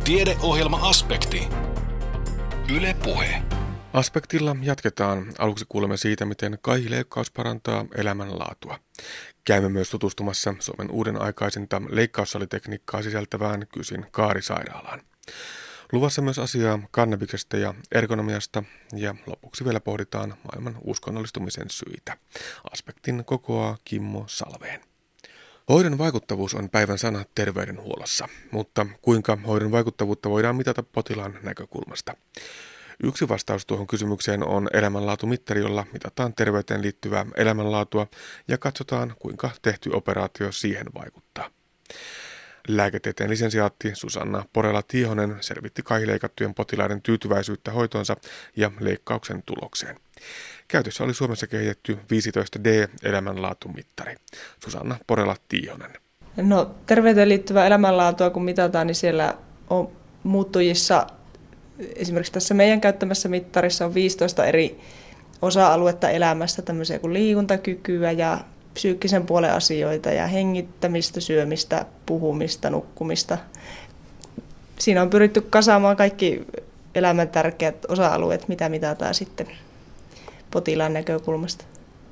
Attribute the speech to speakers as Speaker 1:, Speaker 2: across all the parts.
Speaker 1: Tiedeohjelma-aspekti. Yle Puhe.
Speaker 2: Aspektilla jatketaan. Aluksi kuulemme siitä, miten kaihileikkaus parantaa elämänlaatua. Käymme myös tutustumassa Suomen uuden aikaisinta leikkaussalitekniikkaa sisältävään KYSin Kaarisairaalaan. Luvassa myös asiaa kannabiksesta ja ergonomiasta ja lopuksi vielä pohditaan maailman uskonnollistumisen syitä. Aspektin kokoaa Kimmo Salveen. Hoidon vaikuttavuus on päivän sana terveydenhuollossa, mutta kuinka hoidon vaikuttavuutta voidaan mitata potilaan näkökulmasta? Yksi vastaus tuohon kysymykseen on elämänlaatumittari, jolla mitataan terveyteen liittyvää elämänlaatua ja katsotaan, kuinka tehty operaatio siihen vaikuttaa. Lääketieteen lisensiaatti Susanna Porela-Tiihonen selvitti kaihileikattujen potilaiden tyytyväisyyttä hoitoonsa ja leikkauksen tulokseen. Käytössä oli Suomessa kehitetty 15D-elämänlaatumittari. Susanna Porela-Tiihonen.
Speaker 3: No, terveyteen liittyvää elämänlaatua kun mitataan, niin siellä on muuttujissa, esimerkiksi tässä meidän käyttämässä mittarissa on 15 eri osa-aluetta elämästä, tämmöisiä kuin liikuntakykyä ja psyykkisen puolen asioita ja hengittämistä, syömistä, puhumista, nukkumista. Siinä on pyritty kasaamaan kaikki elämän tärkeät osa-alueet, mitä mitataan sitten potilaan näkökulmasta.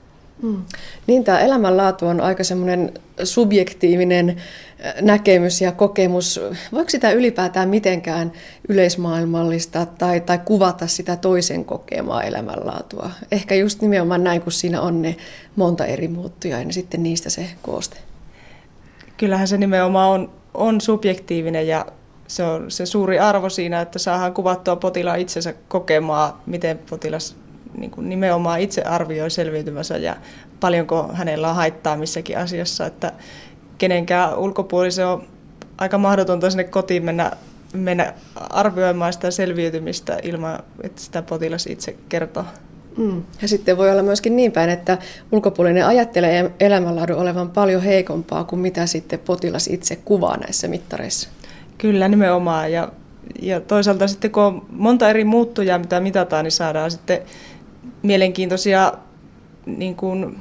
Speaker 4: Niin, tämä elämänlaatu on aika semmoinen subjektiivinen näkemys ja kokemus. Voiko sitä ylipäätään mitenkään yleismaailmallista tai kuvata sitä toisen kokemaa elämänlaatua? Ehkä just nimenomaan näin, kun siinä on ne monta eri muuttujaa ja sitten niistä se kooste.
Speaker 3: Kyllähän se nimenomaan on subjektiivinen ja se on se suuri arvo siinä, että saadaan kuvattua potilaan itsensä kokemaa, miten potilas niin kuin nimenomaan itse arvioi selviytymänsä ja paljonko hänellä on haittaa missäkin asiassa, että kenenkään ulkopuolisen on aika mahdotonta sinne kotiin mennä arvioimaan sitä selviytymistä ilman, että sitä potilas itse kertoo.
Speaker 4: Ja sitten voi olla myöskin niin päin, että ulkopuolinen ajattelee elämänlaadun olevan paljon heikompaa kuin mitä sitten potilas itse kuvaa näissä mittareissa. Kyllä,
Speaker 3: nimenomaan. Ja toisaalta sitten kun on monta eri muuttujaa, mitä mitataan, niin saadaan sitten mielenkiintoisia niin kuin,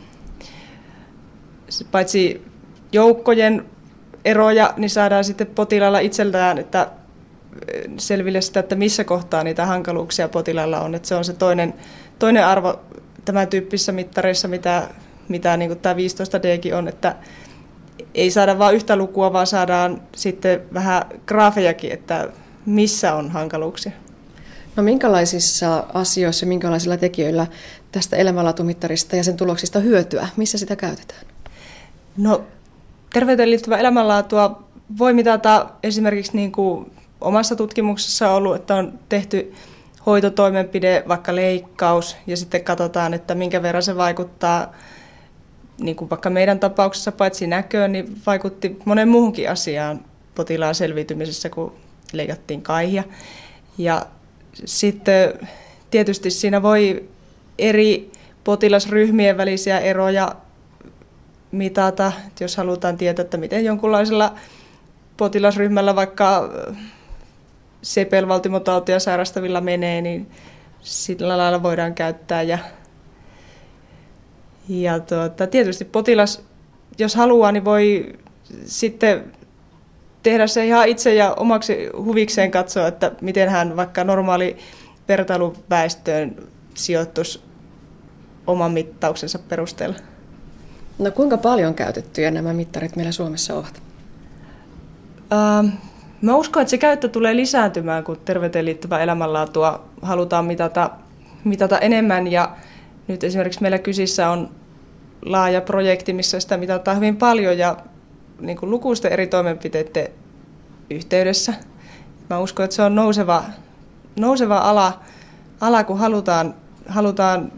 Speaker 3: paitsi joukkojen eroja, niin saadaan sitten potilaalla itseltään että selville sitä, että missä kohtaa niitä hankaluuksia potilaalla on. Että se on se toinen arvo tämän tyyppisissä mittareissa, mitä niin kuin tämä 15Dkin on, että ei saada vain yhtä lukua, vaan saadaan sitten vähän graafejakin, että missä on hankaluuksia.
Speaker 4: No minkälaisissa asioissa, minkälaisilla tekijöillä tästä elämänlaatumittarista ja sen tuloksista hyötyä? Missä sitä käytetään?
Speaker 3: No, terveyteen liittyvää elämänlaatua voi mitata esimerkiksi niin kuin omassa tutkimuksessa on ollut, että on tehty hoitotoimenpide, vaikka leikkaus, ja sitten katsotaan, että minkä verran se vaikuttaa, niin kuin vaikka meidän tapauksessa paitsi näköön, niin vaikutti monen muuhunkin asiaan potilaan selviytymisessä, kun leikattiin kaihia. Ja sitten tietysti siinä voi eri potilasryhmien välisiä eroja mitata, jos halutaan tietää, että miten jonkunlaisella potilasryhmällä vaikka sepelvaltimotautia sairastavilla menee, niin sillä lailla voidaan käyttää. Ja tietysti potilas, jos haluaa, niin voi sitten tehdä se ihan itse ja omaksi huvikseen katsoa, että miten hän vaikka normaali vertailuväestöön sijoittuisi oman mittauksensa perusteella.
Speaker 4: No kuinka paljon käytettyjä nämä mittarit meillä Suomessa ovat?
Speaker 3: Mä uskon, että se käyttö tulee lisääntymään, kun terveyteen liittyvää elämänlaatua halutaan mitata enemmän. Ja nyt esimerkiksi meillä KYSissä on laaja projekti, missä sitä mitataan hyvin paljon ja niin kuin lukuisten eri toimenpiteiden yhteydessä. Mä uskon, että se on nouseva ala kun halutaan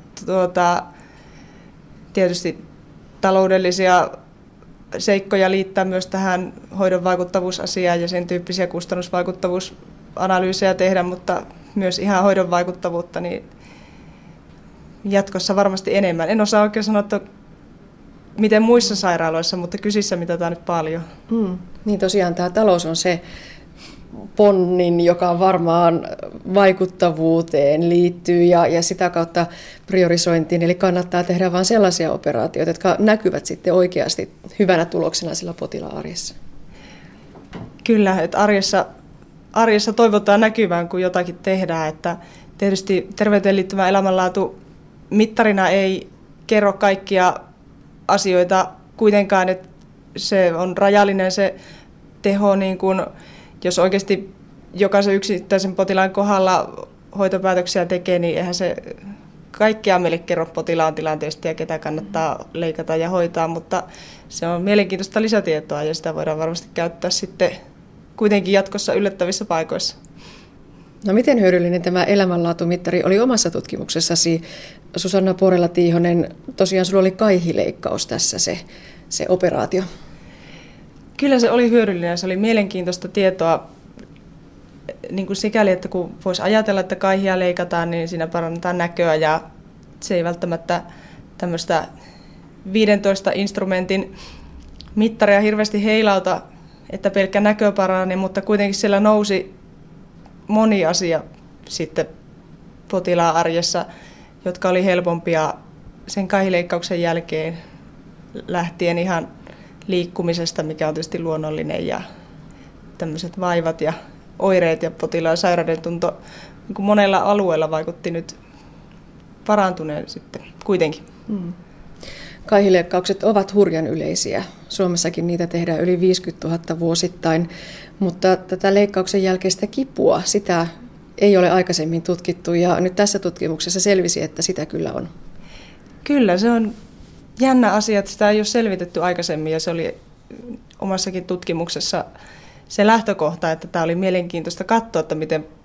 Speaker 3: tietysti taloudellisia seikkoja liittää myös tähän hoidon vaikuttavuusasiaan ja sen tyyppisiä kustannusvaikuttavuusanalyysejä tehdä, mutta myös ihan hoidon vaikuttavuutta niin jatkossa varmasti enemmän. En osaa oikein sanoa, että miten muissa sairaaloissa, mutta KYSissä mitataan nyt paljon.
Speaker 4: Niin tosiaan tämä talous on se ponnin, joka varmaan vaikuttavuuteen liittyy ja sitä kautta priorisointiin. Eli kannattaa tehdä vain sellaisia operaatioita, jotka näkyvät sitten oikeasti hyvänä tuloksena sillä potilaan arjessa.
Speaker 3: Kyllä, että arjessa toivotaan näkyvään, kun jotakin tehdään. Että tietysti terveyteen liittyvä elämänlaatu mittarina ei kerro kaikkia asioita kuitenkaan, että se on rajallinen se teho, niin kun, jos oikeasti jokaisen yksittäisen potilaan kohdalla hoitopäätöksiä tekee, niin eihän se kaikkea meille kerro potilaan tilanteesta ja ketä kannattaa leikata ja hoitaa, mutta se on mielenkiintoista lisätietoa ja sitä voidaan varmasti käyttää sitten kuitenkin jatkossa yllättävissä paikoissa.
Speaker 4: No miten hyödyllinen tämä elämänlaatumittari oli omassa tutkimuksessasi? Susanna Porela-Tiihonen, tosiaan sinulla oli kaihileikkaus tässä se operaatio.
Speaker 3: Kyllä se oli hyödyllinen, se oli mielenkiintoista tietoa niin kuin sikäli, että kun voisi ajatella, että kaihia leikataan, niin siinä parannetaan näköä ja se ei välttämättä tämmöistä 15 instrumentin mittaria hirveästi heilauta, että pelkkä näkö parani, mutta kuitenkin siellä nousi moni asia sitten potilaan arjessa, jotka oli helpompia sen kaihileikkauksen jälkeen lähtien ihan liikkumisesta, mikä on tietysti luonnollinen, ja tämmöiset vaivat ja oireet ja potilaan sairauden tunto niin kuin monella alueella vaikutti nyt parantuneen sitten kuitenkin.
Speaker 4: Kaihileikkaukset ovat hurjan yleisiä. Suomessakin niitä tehdään yli 50 000 vuosittain, mutta tätä leikkauksen jälkeistä kipua, sitä ei ole aikaisemmin tutkittu ja nyt tässä tutkimuksessa selvisi, että sitä kyllä on.
Speaker 3: Kyllä, se on jännä asia, että sitä ei ole selvitetty aikaisemmin ja se oli omassakin tutkimuksessa se lähtökohta, että tämä oli mielenkiintoista katsoa, että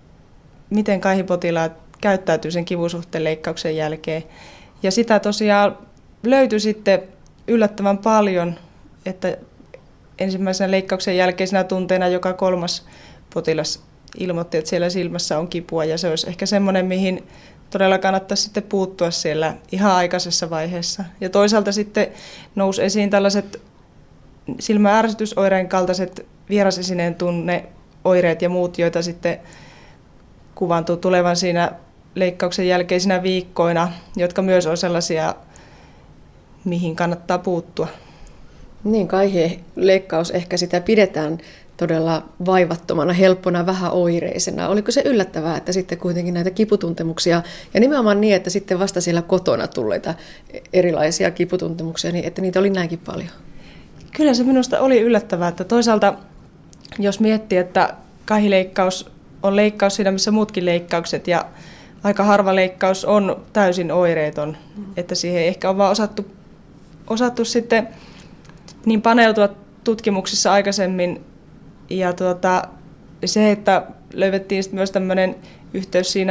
Speaker 3: miten kaihipotilaat käyttäytyy sen kivusuhteen leikkauksen jälkeen. Ja sitä tosiaan löytyi sitten yllättävän paljon, että ensimmäisenä leikkauksen jälkeisenä tunteena joka 3. potilas ilmoitti, että siellä silmässä on kipua ja se olisi ehkä semmoinen, mihin todella kannattaisi sitten puuttua siellä ihan aikaisessa vaiheessa. Ja toisaalta sitten nousi esiin tällaiset silmäärsytysoireen kaltaiset vierasesineen tunneoireet ja muut, joita sitten kuvaantuu tulevan siinä leikkauksen jälkeisinä viikkoina, jotka myös on sellaisia, mihin kannattaa puuttua.
Speaker 4: Niin, kaihileikkaus ehkä sitä pidetään todella vaivattomana, helppona, vähän oireisena. Oliko se yllättävää, että sitten kuitenkin näitä kiputuntemuksia, ja nimenomaan niin, että sitten vasta siellä kotona tulleita erilaisia kiputuntemuksia, niin että niitä oli näinkin paljon?
Speaker 3: Kyllä se minusta oli yllättävää, että toisaalta jos miettii, että kaihileikkaus on leikkaus siinä, missä muutkin leikkaukset, ja aika harva leikkaus on täysin oireeton, että siihen ei ehkä ole vaan osattu sitten niin paneutua tutkimuksissa aikaisemmin. Ja se, että löydettiin myös tämmöinen yhteys siinä,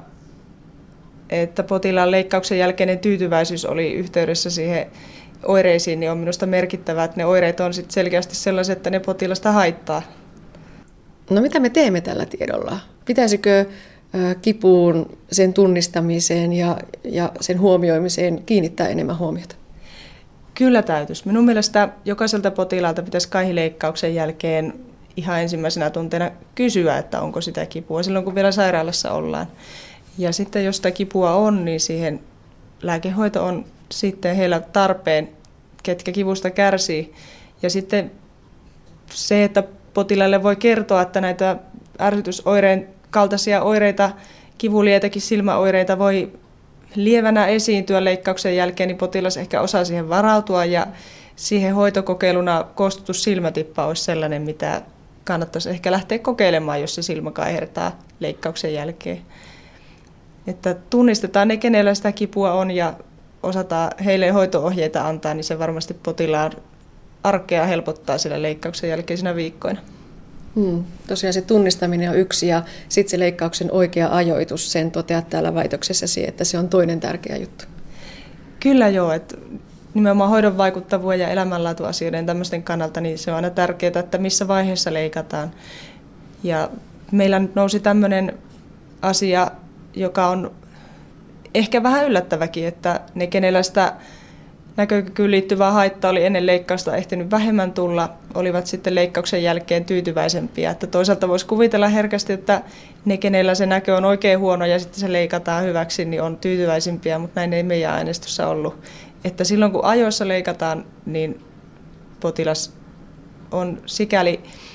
Speaker 3: että potilaan leikkauksen jälkeinen tyytyväisyys oli yhteydessä siihen oireisiin, niin on minusta merkittävää, että ne oireet on sitten selkeästi sellaiset, että ne potilasta haittaa.
Speaker 4: No mitä me teemme tällä tiedolla? Pitäisikö kipuun, sen tunnistamiseen ja sen huomioimiseen kiinnittää enemmän huomiota?
Speaker 3: Kyllä täytyisi. Minun mielestä jokaiselta potilaalta pitäisi kaihileikkauksen jälkeen ihan ensimmäisenä tunteena kysyä, että onko sitä kipua silloin, kun vielä sairaalassa ollaan. Ja sitten jos sitä kipua on, niin siihen lääkehoito on sitten heillä tarpeen, ketkä kivusta kärsii. Ja sitten se, että potilaalle voi kertoa, että näitä ärsytysoireen kaltaisia oireita, kivulietäkin silmäoireita voi lievänä esiintyä leikkauksen jälkeen, niin potilas ehkä osaa siihen varautua ja siihen hoitokokeiluna koostutus silmätippa olisi sellainen, mitä kannattaisi ehkä lähteä kokeilemaan, jos se silmä kaihertaa leikkauksen jälkeen. Että tunnistetaan ne, kenellä sitä kipua on ja osataan heille hoito-ohjeita antaa, niin se varmasti potilaan arkea helpottaa sillä leikkauksen jälkeisinä viikkoina.
Speaker 4: Tosiaan se tunnistaminen on yksi ja sitten se leikkauksen oikea ajoitus, sen toteat täällä väitöksessäsi, että se on toinen tärkeä juttu.
Speaker 3: Kyllä joo, että nimenomaan hoidon vaikuttavuuden ja elämänlaatuasioiden tämmöisten kannalta, niin se on aina tärkeää, että missä vaiheessa leikataan. Ja meillä nyt nousi tämmöinen asia, joka on ehkä vähän yllättäväkin, että ne, kenellä sitä näkökykyyn liittyvää haittaa oli ennen leikkausta ehtinyt vähemmän tulla, olivat sitten leikkauksen jälkeen tyytyväisempiä. Että toisaalta voisi kuvitella herkästi, että ne, kenellä se näkö on oikein huono ja sitten se leikataan hyväksi, niin on tyytyväisimpiä, mutta näin ei meidän aineistossa ollut. Että silloin kun ajoissa leikataan, niin potilas on sikäli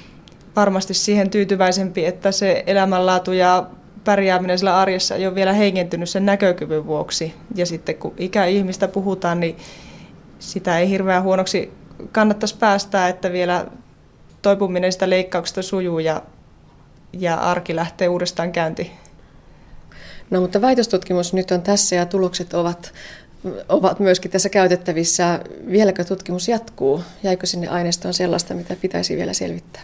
Speaker 3: varmasti siihen tyytyväisempi, että se elämänlaatu ja pärjääminen sillä arjessa ei ole vielä heikentynyt sen näkökyvyn vuoksi. Ja sitten kun ikäihmistä puhutaan, niin sitä ei hirveän huonoksi kannattaisi päästää, että vielä toipuminen sitä leikkauksesta sujuu ja arki lähtee uudestaan käyntiin.
Speaker 4: No mutta väitöstutkimus nyt on tässä ja tulokset ovat myöskin tässä käytettävissä. Vieläkö tutkimus jatkuu? Jäikö sinne aineistoon sellaista, mitä pitäisi vielä selvittää?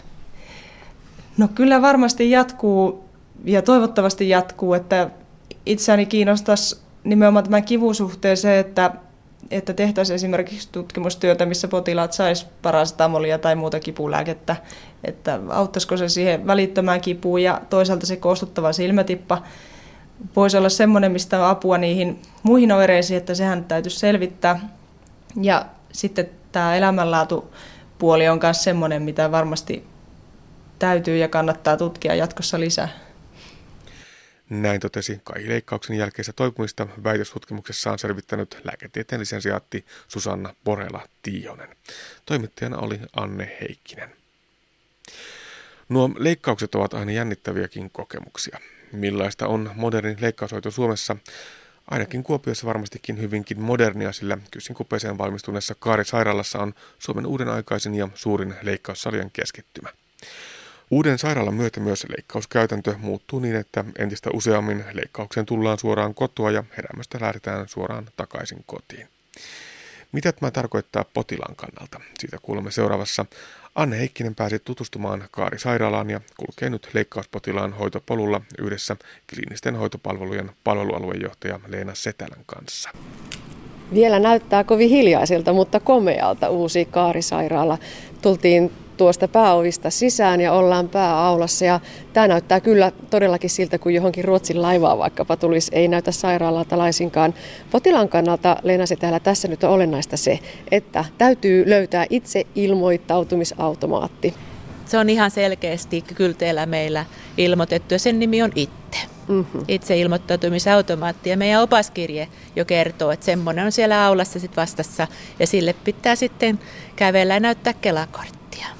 Speaker 3: No kyllä varmasti jatkuu ja toivottavasti jatkuu, että itseäni kiinnostaisi nimenomaan tämän kivusuhteen se, että tehtäisiin esimerkiksi tutkimustyötä, missä potilaat sais parasetamolia tai muuta kipulääkettä, että auttaisiko se siihen välittömään kipuun ja toisaalta se koostuttava silmätippa voisi olla semmoinen, mistä on apua niihin muihin oireisiin, että sehän täytyisi selvittää. Ja sitten tämä elämänlaatupuoli on myös semmoinen, mitä varmasti täytyy ja kannattaa tutkia jatkossa lisää.
Speaker 2: Näin totesi kaihileikkauksen jälkeistä toipumista väitöstutkimuksessaan selvittänyt lääketieteen lisensiaatti Susanna Porela-Tiihonen. Toimittajana oli Anne Heikkinen. Nuo leikkaukset ovat aina jännittäviäkin kokemuksia. Millaista on moderni leikkaushoito Suomessa? Ainakin Kuopiossa varmastikin hyvinkin modernia, sillä Kysin kupeeseen valmistuneessa Kaari-sairaalassa on Suomen uuden aikaisin ja suurin leikkaussalien keskittymä. Uuden sairaalan myötä myös leikkauskäytäntö muuttuu niin, että entistä useammin leikkaukseen tullaan suoraan kotoa ja heräämästä lähdetään suoraan takaisin kotiin. Mitä tämä tarkoittaa potilaan kannalta? Siitä kuulemme seuraavassa. Anne Heikkinen pääsi tutustumaan Kaari-sairaalaan ja kulkee nyt leikkauspotilaan hoitopolulla yhdessä kliinisten hoitopalvelujen palvelualuejohtaja Leena Setälän kanssa.
Speaker 4: Vielä näyttää kovin hiljaiselta, mutta komealta uusi Kaari-sairaala. Tultiin tuosta pääovista sisään ja ollaan pääaulassa ja tämä näyttää kyllä todellakin siltä, kun johonkin Ruotsin laivaan vaikkapa tulisi, ei näytä sairaalalta laisinkaan. Potilaan kannalta, Leena Setälä, tässä nyt on olennaista se, että täytyy löytää itse ilmoittautumisautomaatti.
Speaker 5: Se on ihan selkeästi kylteellä meillä ilmoitettu ja sen nimi on ITTE. Itse ilmoittautumisautomaatti ja meidän opaskirje jo kertoo, että semmoinen on siellä aulassa sit vastassa ja sille pitää sitten kävellä ja näyttää Kela-korttia.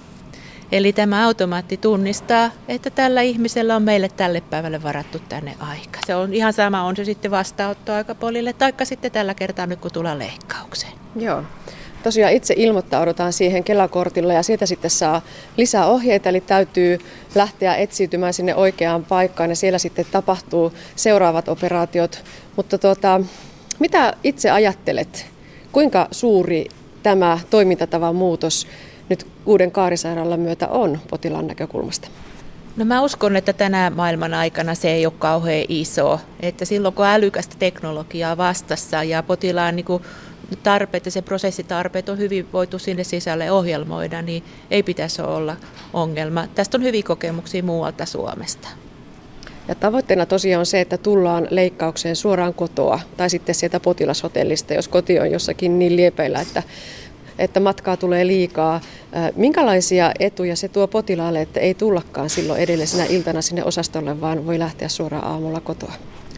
Speaker 5: Eli tämä automaatti tunnistaa, että tällä ihmisellä on meille tälle päivälle varattu tänne aika. Se on ihan sama, on se sitten vastaanottoaikapolille taikka sitten tällä kertaa nyt kun tullaan leikkaukseen.
Speaker 4: Joo. Tosiaan itse ilmoittaudutaan siihen Kela-kortilla ja sieltä sitten saa lisää ohjeita, eli täytyy lähteä etsiytymään sinne oikeaan paikkaan ja siellä sitten tapahtuu seuraavat operaatiot. Mutta mitä itse ajattelet, kuinka suuri tämä toimintatavan muutos nyt uuden Kaari-sairaalan myötä on potilaan näkökulmasta?
Speaker 5: No mä uskon, että tänä maailman aikana se ei ole kauhean iso. Että silloin kun älykästä teknologiaa vastassa ja potilaan tarpeet ja se prosessitarpeet on hyvin voitu sinne sisälle ohjelmoida, niin ei pitäisi olla ongelma. Tästä on hyviä kokemuksia muualta Suomesta.
Speaker 4: Ja tavoitteena tosiaan on se, että tullaan leikkaukseen suoraan kotoa tai sitten sieltä potilashotellista, jos koti on jossakin niin liepeillä, että matkaa tulee liikaa. Minkälaisia etuja se tuo potilaalle, että ei tullakaan silloin edellisenä iltana sinne osastolle, vaan voi lähteä suoraan aamulla kotoa?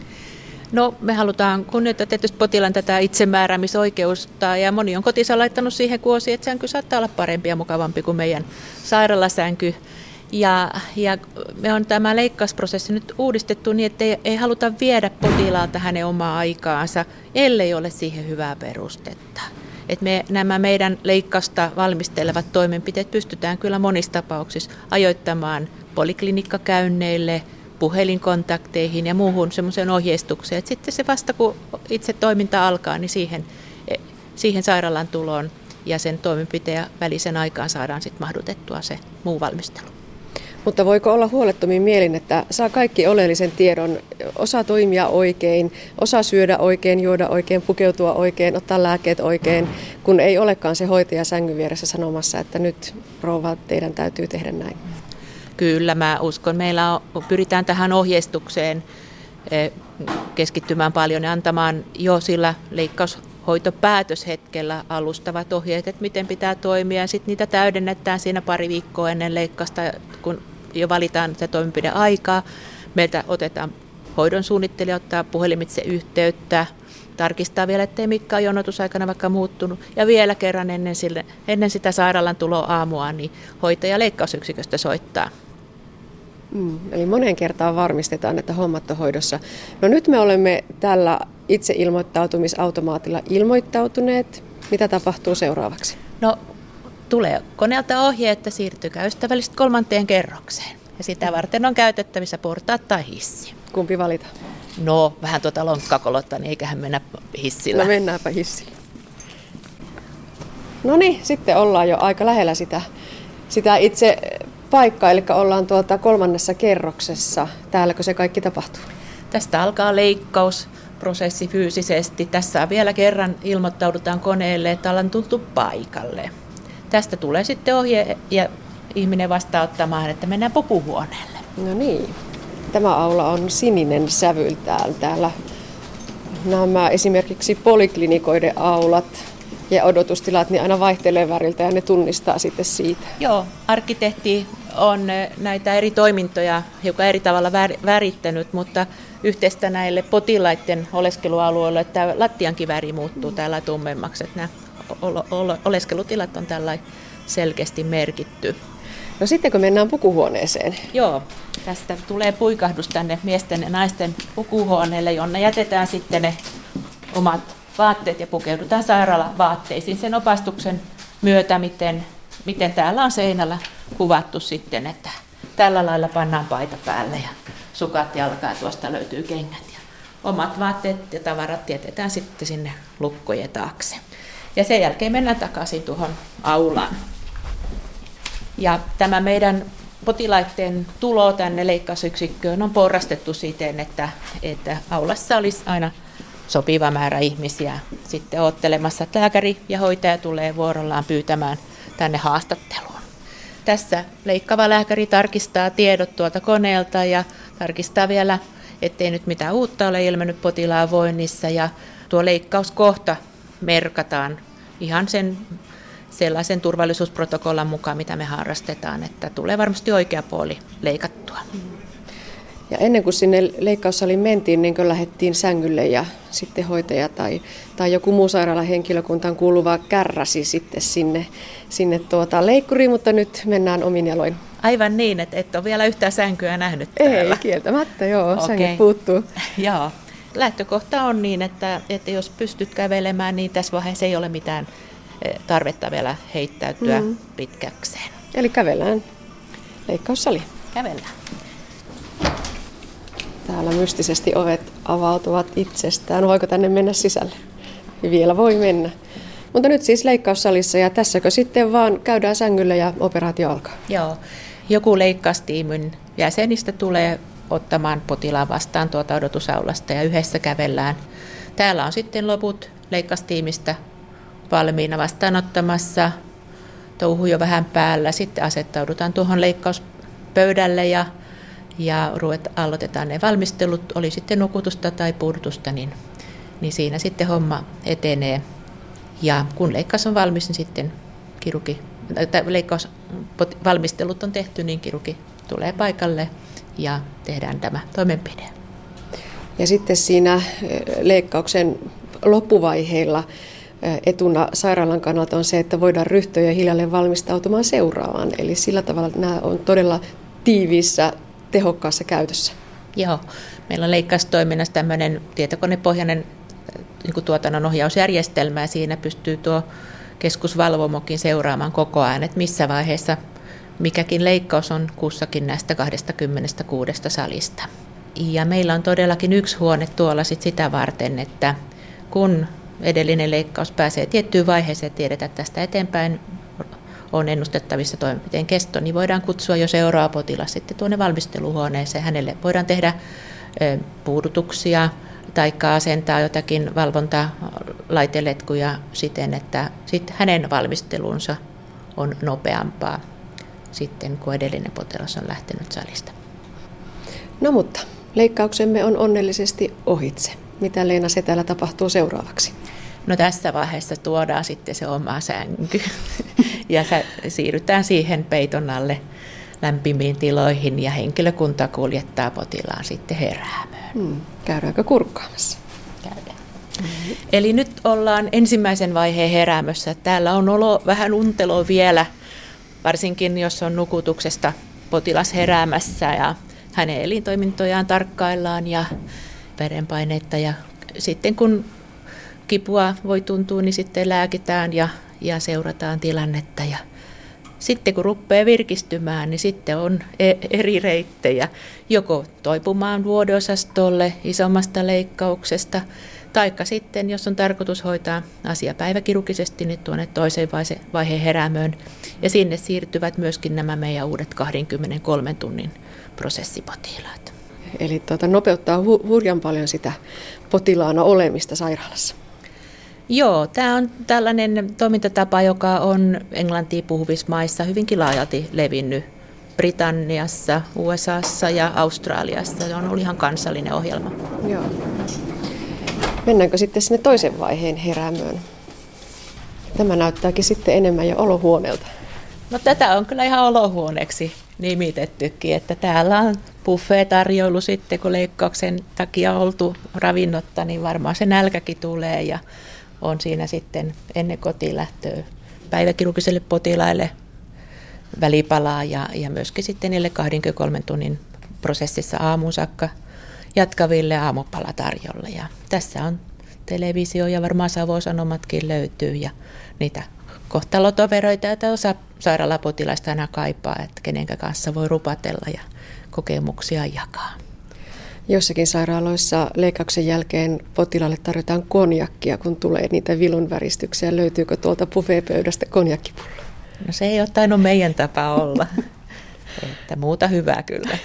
Speaker 5: No me halutaan kunnioittaa tietysti potilaan tätä itsemääräämisoikeusta ja moni on kotinsa laittanut siihen kuosiin, että sänky saattaa olla parempi ja mukavampi kuin meidän sairaalasänky. Ja me on tämä leikkausprosessi nyt uudistettu niin, että ei haluta viedä potilaalta hänen omaa aikaansa, ellei ole siihen hyvää perustetta. Että nämä meidän leikkausta valmistelevat toimenpiteet pystytään kyllä monissa tapauksissa ajoittamaan poliklinikkakäynneille, puhelinkontakteihin ja muuhun semmoiseen ohjeistukseen. Että sitten se vasta kun itse toiminta alkaa, niin siihen sairaalan tuloon ja sen toimenpiteen välisen aikaan saadaan sitten mahdutettua se muu valmistelu.
Speaker 4: Mutta voiko olla huolettomin mielin, että saa kaikki oleellisen tiedon, osaa toimia oikein, osaa syödä oikein, juoda oikein, pukeutua oikein, ottaa lääkkeet oikein, kun ei olekaan se hoitaja sängyn vieressä sanomassa, että nyt rouva, teidän täytyy tehdä näin?
Speaker 5: Kyllä, mä uskon. Meillä pyritään tähän ohjeistukseen keskittymään paljon ja antamaan jo sillä leikkaushoitopäätöshetkellä alustavat ohjeet, että miten pitää toimia. Sitten niitä täydennetään siinä pari viikkoa ennen leikkausta, kun jo valitaan se toimenpideaikaa. Meiltä otetaan hoidon suunnittelija, ottaa puhelimitse yhteyttä tarkistaa vielä, ettei mikään jonotusaikana vaikka muuttunut. Ja vielä kerran ennen sitä sairaalan tuloa aamua, niin hoitaja leikkausyksiköstä soittaa.
Speaker 4: Eli moneen kertaan varmistetaan, että hommat on hoidossa. No nyt me olemme tällä itseilmoittautumisautomaatilla ilmoittautuneet. Mitä tapahtuu seuraavaksi?
Speaker 5: No tulee koneelta ohje, että siirtykää ystävällisesti 3. kerrokseen. Ja sitä varten on käytettävissä portaat tai hissi.
Speaker 4: Kumpi valita?
Speaker 5: No, vähän tuota lonkkakolotta, niin eiköhän mennä hissillä.
Speaker 4: No mennäänpä hissillä. No niin, sitten ollaan jo aika lähellä sitä itse paikkaa, eli ollaan 3. kerroksessa. Täälläkö se kaikki tapahtuu?
Speaker 5: Tästä alkaa leikkausprosessi fyysisesti. Tässä vielä kerran ilmoittaudutaan koneelle, että ollaan tultu paikalle. Tästä tulee sitten ohje ja ihminen vastaanottamaan, että mennään pukuhuoneelle.
Speaker 4: No niin. Tämä aula on sininen sävyltään täällä. Nämä esimerkiksi poliklinikoiden aulat ja odotustilat niin aina vaihtelee väriltä ja ne tunnistaa sitten siitä.
Speaker 5: Joo, arkkitehti on näitä eri toimintoja hiukan eri tavalla värittänyt, mutta yhteistä näille potilaiden oleskelualueille, että lattiankin väri muuttuu täällä tummemmaksi, että nämä oleskelutilat on tällä selkeästi merkitty.
Speaker 4: No sitten kun mennään pukuhuoneeseen.
Speaker 5: Joo, tästä tulee puikahdus tänne miesten ja naisten pukuhuoneelle, jonne jätetään sitten ne omat vaatteet ja pukeudutaan sairaalavaatteisiin sen opastuksen myötä, miten täällä on seinällä kuvattu sitten, että tällä lailla pannaan paita päälle ja sukat jalkaa, tuosta löytyy kengät ja omat vaatteet ja tavarat jätetään sitten sinne lukkojen taakse. Ja sen jälkeen mennään takaisin tuohon aulaan. Ja tämä meidän potilaiden tulo tänne leikkausyksikköön on porrastettu siten, että aulassa olisi aina sopiva määrä ihmisiä sitten odottelemassa, että lääkäri ja hoitaja tulee vuorollaan pyytämään tänne haastatteluun. Tässä leikkaava lääkäri tarkistaa tiedot tuolta koneelta ja tarkistaa vielä, ettei nyt mitään uutta ole ilmennyt potilaan voinnissa. Ja tuo leikkauskohta merkataan ihan sellaisen turvallisuusprotokollan mukaan, mitä me harrastetaan, että tulee varmasti oikea puoli leikattua.
Speaker 4: Ja ennen kuin sinne leikkaussaliin mentiin, niin kun lähdettiin sängylle ja sitten hoitaja tai joku muu sairaalan henkilökuntaan kuuluva kärräsi sitten sinne leikkuriin, mutta nyt mennään omin jaloin.
Speaker 5: Aivan niin, että et ole vielä yhtään sänkyä nähnyt täällä.
Speaker 4: Ei, kieltämättä, joo, sängyt puuttuu.
Speaker 5: Joo. Lähtökohta on niin, että jos pystyt kävelemään, niin tässä vaiheessa ei ole mitään tarvetta vielä heittäytyä pitkäkseen.
Speaker 4: Eli kävellään leikkaussaliin.
Speaker 5: Kävellään.
Speaker 4: Täällä mystisesti ovet avautuvat itsestään. Voiko tänne mennä sisälle? Vielä voi mennä. Mutta nyt siis leikkaussalissa ja tässäkö sitten vaan käydään sängyllä ja operaatio alkaa?
Speaker 5: Joo. Joku leikkaustiimin jäsenistä tulee ottamaan potilaan vastaan tuota odotusaulasta ja yhdessä kävellään. Täällä on sitten loput leikkaustiimistä valmiina vastaanottamassa. Touhu jo vähän päällä. Sitten asettaudutaan tuohon leikkauspöydälle ja aloitetaan ne valmistelut, oli sitten nukutusta tai puudutusta, niin siinä sitten homma etenee. Ja kun leikkaus on valmis, niin sitten leikkausvalmistelut on tehty, niin kirurgi tulee paikalle ja tehdään tämä toimenpide.
Speaker 4: Ja sitten siinä leikkauksen loppuvaiheilla etuna sairaalan kannalta on se, että voidaan ryhtyä jo hiljalleen valmistautumaan seuraavaan. Eli sillä tavalla nämä on todella tiiviissä, tehokkaassa käytössä.
Speaker 5: Joo. Meillä on leikkaustoiminnassa tämmöinen tietokonepohjainen niin tuotannon ohjausjärjestelmä, ja siinä pystyy tuo keskusvalvomokin seuraamaan koko ajan, että missä vaiheessa mikäkin leikkaus on kussakin näistä 26 salista. Ja meillä on todellakin yksi huone tuolla sitä varten, että kun edellinen leikkaus pääsee tiettyyn vaiheeseen ja tiedetään, että tästä eteenpäin on ennustettavissa toimenpiteen kesto, niin voidaan kutsua jo seuraava potilas sitten tuonne valmisteluhuoneeseen. Hänelle voidaan tehdä puudutuksia tai asentaa jotakin valvontalaiteletkuja siten, että sitten hänen valmistelunsa on nopeampaa sitten, kun edellinen potilas on lähtenyt salista.
Speaker 4: No mutta leikkauksemme on onnellisesti ohitse. Mitä Leena Setälä tapahtuu seuraavaksi?
Speaker 5: No tässä vaiheessa tuodaan sitten se oma sänky ja siirrytään siihen peiton alle lämpimiin tiloihin ja henkilökunta kuljettaa potilaan sitten heräämöön.
Speaker 4: Käydäänkö kurkkaamassa?
Speaker 5: Käydään. Eli nyt ollaan ensimmäisen vaiheen heräämössä. Täällä on vähän unteloa vielä, varsinkin jos on nukutuksesta potilas heräämässä ja hänen elintoimintojaan tarkkaillaan ja verenpainetta. Ja sitten kun kipua voi tuntua, niin sitten lääkitään ja seurataan tilannetta. Ja sitten kun rupeaa virkistymään, niin sitten on eri reittejä, joko toipumaan vuodeosastolle isommasta leikkauksesta, taikka sitten, jos on tarkoitus hoitaa asia päiväkirurgisesti, niin tuonne toiseen vaiheen heräämöön. Ja sinne siirtyvät myöskin nämä meidän uudet 23 tunnin prosessipotilaat.
Speaker 4: Eli nopeuttaa hurjan paljon sitä potilaana olemista sairaalassa.
Speaker 5: Joo, tämä on tällainen toimintatapa, joka on englantia puhuvissa maissa hyvinkin laajalti levinnyt. Britanniassa, USAssa ja Australiassa. Se on ollut ihan kansallinen ohjelma.
Speaker 4: Joo. Mennäänkö sitten sinne toisen vaiheen heräämöön? Tämä näyttääkin sitten enemmän jo olohuoneelta.
Speaker 5: No tätä on kyllä ihan olohuoneeksi nimitettykin, että täällä on buffet-tarjoilu sitten, kun leikkauksen takia on oltu ravinnotta, niin varmaan se nälkäkin tulee ja on siinä sitten ennen kotilähtöä päiväkirurgiselle potilaille välipalaa ja myöskin sitten niille 23 tunnin prosessissa aamuun saakka jatkaville aamupala tarjolla. Ja tässä on televisio ja varmaan Savosanomatkin löytyy ja niitä kohtalotoveroita, joita osa sairaalapotilaista aina kaipaa, että kenenkä kanssa voi rupatella ja kokemuksia jakaa.
Speaker 4: Jossakin sairaaloissa leikkauksen jälkeen potilaalle tarjotaan konjakkia, kun tulee niitä vilunväristyksiä. Löytyykö tuolta buffetpöydästä konjakkipullo?
Speaker 5: No se ei ole tainnut meidän tapa olla. Että muuta hyvää kyllä.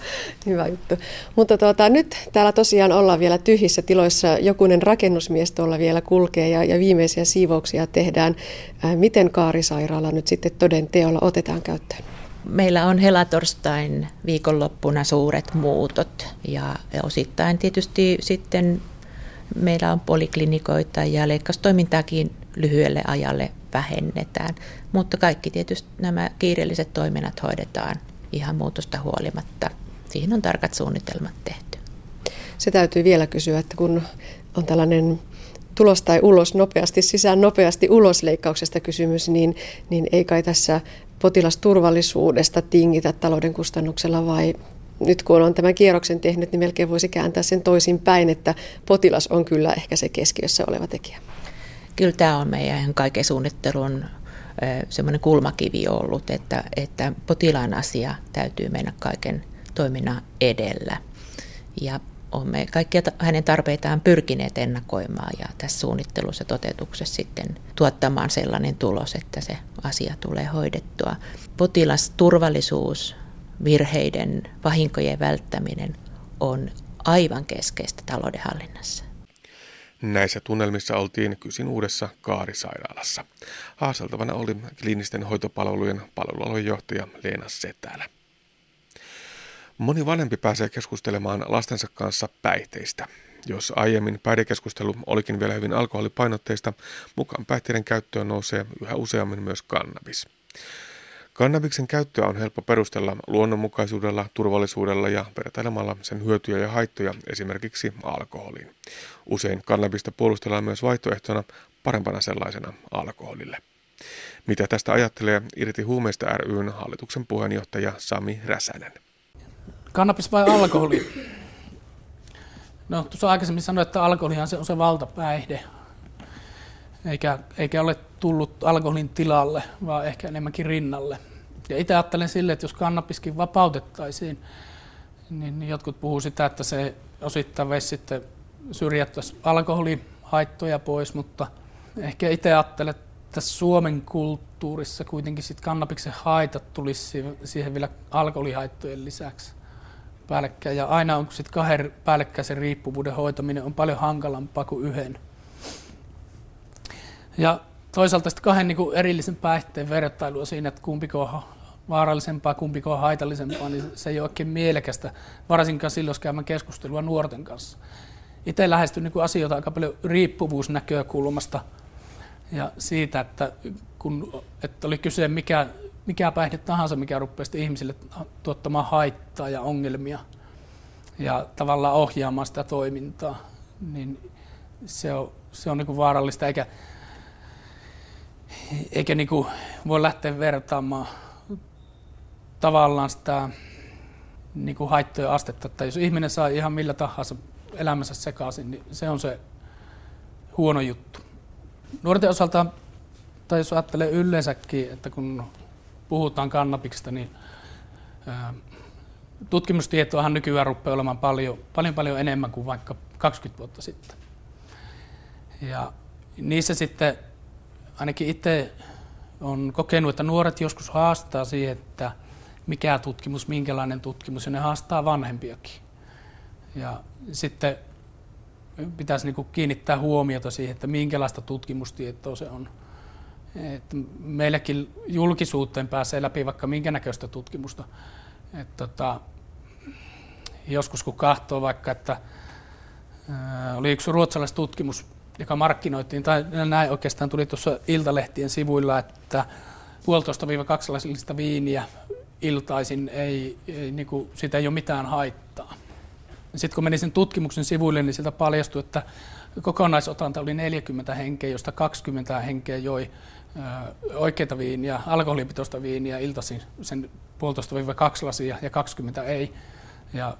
Speaker 4: Hyvä juttu. Mutta nyt täällä tosiaan ollaan vielä tyhjissä tiloissa. Jokunen rakennusmies tuolla vielä kulkee ja viimeisiä siivouksia tehdään. Miten Kaarisairaala nyt sitten toden teolla otetaan käyttöön?
Speaker 5: Meillä on helatorstain viikonloppuna suuret muutot ja osittain tietysti sitten meillä on poliklinikoita ja leikkaustoimintaakin lyhyelle ajalle vähennetään, mutta kaikki tietysti nämä kiireelliset toiminnat hoidetaan ihan muutosta huolimatta. Siihen on tarkat suunnitelmat tehty.
Speaker 4: Se täytyy vielä kysyä, että kun on tällainen tulos tai ulos nopeasti, sisään nopeasti ulos leikkauksesta kysymys, niin ei kai tässä potilasturvallisuudesta tingitä talouden kustannuksella vai nyt kun on tämän kierroksen tehnyt, niin melkein voisi kääntää sen toisin päin, että potilas on kyllä ehkä se keskiössä oleva tekijä.
Speaker 5: Kyllä tämä on meidän kaiken suunnittelun semmoinen kulmakivi ollut, että potilaan asia täytyy mennä kaiken toiminnan edellä. Ja olemme kaikkia hänen tarpeitaan pyrkineet ennakoimaan ja tässä suunnittelussa ja toteutuksessa sitten tuottamaan sellainen tulos, että se asia tulee hoidettua. Potilasturvallisuus, virheiden, vahinkojen välttäminen on aivan keskeistä taloudenhallinnassa.
Speaker 2: Näissä tunnelmissa oltiin Kysin uudessa Kaarisairaalassa. Haaseltavana oli kliinisten hoitopalvelujen palvelualueen johtaja Leena Setälä. Moni vanhempi pääsee keskustelemaan lastensa kanssa päihteistä. Jos aiemmin päihdekeskustelu olikin vielä hyvin alkoholipainotteista, mukaan päihteiden käyttöön nousee yhä useammin myös kannabis. Kannabiksen käyttöä on helppo perustella luonnonmukaisuudella, turvallisuudella ja vertailemalla sen hyötyjä ja haittoja esimerkiksi alkoholiin. Usein kannabista puolustellaan myös vaihtoehtona parempana sellaisena alkoholille. Mitä tästä ajattelee Irti huumeista ry:n hallituksen puheenjohtaja Sami Räsänen?
Speaker 6: Kannabis vai alkoholi? No, tuossa aikaisemmin sanoin, että alkoholihan se on se valtapäihde. Eikä ole tullut alkoholin tilalle, vaan ehkä enemmänkin rinnalle. Ja itse ajattelen sille, että jos kannabiskin vapautettaisiin, niin jotkut puhuu sitä, että se osittain veisi sitten syrjättäisiin alkoholihaittoja pois, mutta ehkä itse ajattelen, että Suomen kulttuurissa kuitenkin sit kannabiksen haitat tulisi siihen vielä alkoholihaittojen lisäksi päällekkäin. Ja aina on sitten kahden päällekkäisen riippuvuuden hoitaminen on paljon hankalampaa kuin yhden. Ja toisaalta sitten kahden niin kuin erillisen päihteen vertailua siinä, että kumpiko on vaarallisempaa, kumpiko on haitallisempaa, niin se ei ole oikein mielekästä, varsinkaan silloin, jos käymään keskustelua nuorten kanssa. Itse lähestyn niin kuin asioita aika paljon riippuvuusnäkökulmasta ja siitä, että oli kyse mikä päihde tahansa, mikä rupeaa ihmisille tuottamaan haittaa ja ongelmia ja tavallaan ohjaamaan sitä toimintaa, niin se on niin kuin vaarallista, eikä niin kuin voi lähteä vertaamaan tavallaan sitä niin kuin haittojen astetta, että jos ihminen saa ihan millä tahansa elämänsä sekaisin, niin se on se huono juttu. Nuorten osalta, tai jos ajattelee yleensäkin, että kun puhutaan kannabiksesta, niin tutkimustietoahan nykyään rupeaa olemaan paljon enemmän kuin vaikka 20 vuotta sitten. Ja niissä sitten ainakin itse olen kokenut, että nuoret joskus haastaa siihen, että mikä tutkimus, minkälainen tutkimus, ja ne haastaa vanhempiakin. Ja sitten pitäisi niin kuin kiinnittää huomiota siihen, että minkälaista tutkimustietoa se on. Että meilläkin julkisuuteen pääsee läpi vaikka minkä näköistä tutkimusta. Joskus kun katsoo vaikka, että oli yksi ruotsalaistutkimus, joka markkinoitiin, tai näin oikeastaan tuli tuossa Iltalehtien sivuilla, että 1,5–2 lasillista viiniä iltaisin, siitä ei ole mitään haittaa. Sitten kun menin sen tutkimuksen sivuille, niin sieltä paljastui, että kokonaisotanta oli 40 henkeä, josta 20 henkeä joi oikeita viiniä, alkoholipitoista viiniä iltaisin sen 1,5–2 lasia ja 20 ei. Ja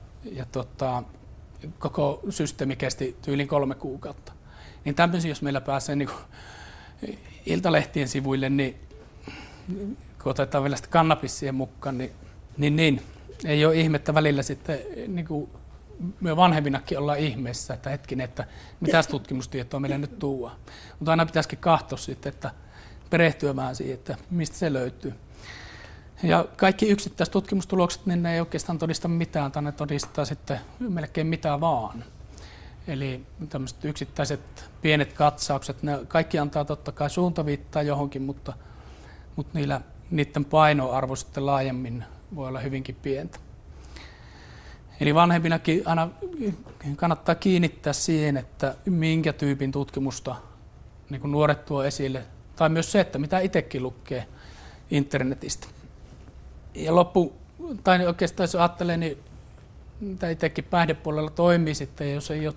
Speaker 6: koko systeemi kesti yli 3 kuukautta. Niin tämmöisiä, jos meillä pääsee niin Iltalehtien sivuille, niin kun otetaan vielä sitä kannabissien mukaan, niin ei ole ihmettä välillä sitten, niin kuin me vanhempinakin ollaan ihmeessä, että hetkinen, että mitäs tutkimustietoa meille nyt tuodaan. Mutta aina pitäisikin katsoa sitten, että perehtyä vähän siihen, että mistä se löytyy. Ja kaikki yksittäiset tutkimustulokset, niin ne ei oikeastaan todista mitään, tai ne todistaa sitten melkein mitä vaan. Eli tämmöiset yksittäiset pienet katsaukset, ne kaikki antaa totta kai suuntaviittaa johonkin, mutta niiden painoarvo sitten laajemmin voi olla hyvinkin pientä. Eli vanhempinakin aina kannattaa kiinnittää siihen, että minkä tyypin tutkimusta niin kuin nuoret tuo esille, tai myös se, että mitä itsekin lukee internetistä. Ja tai oikeastaan jos ajattelee, niin mitä itsekin päihdepuolella toimii sitten, jos ei ole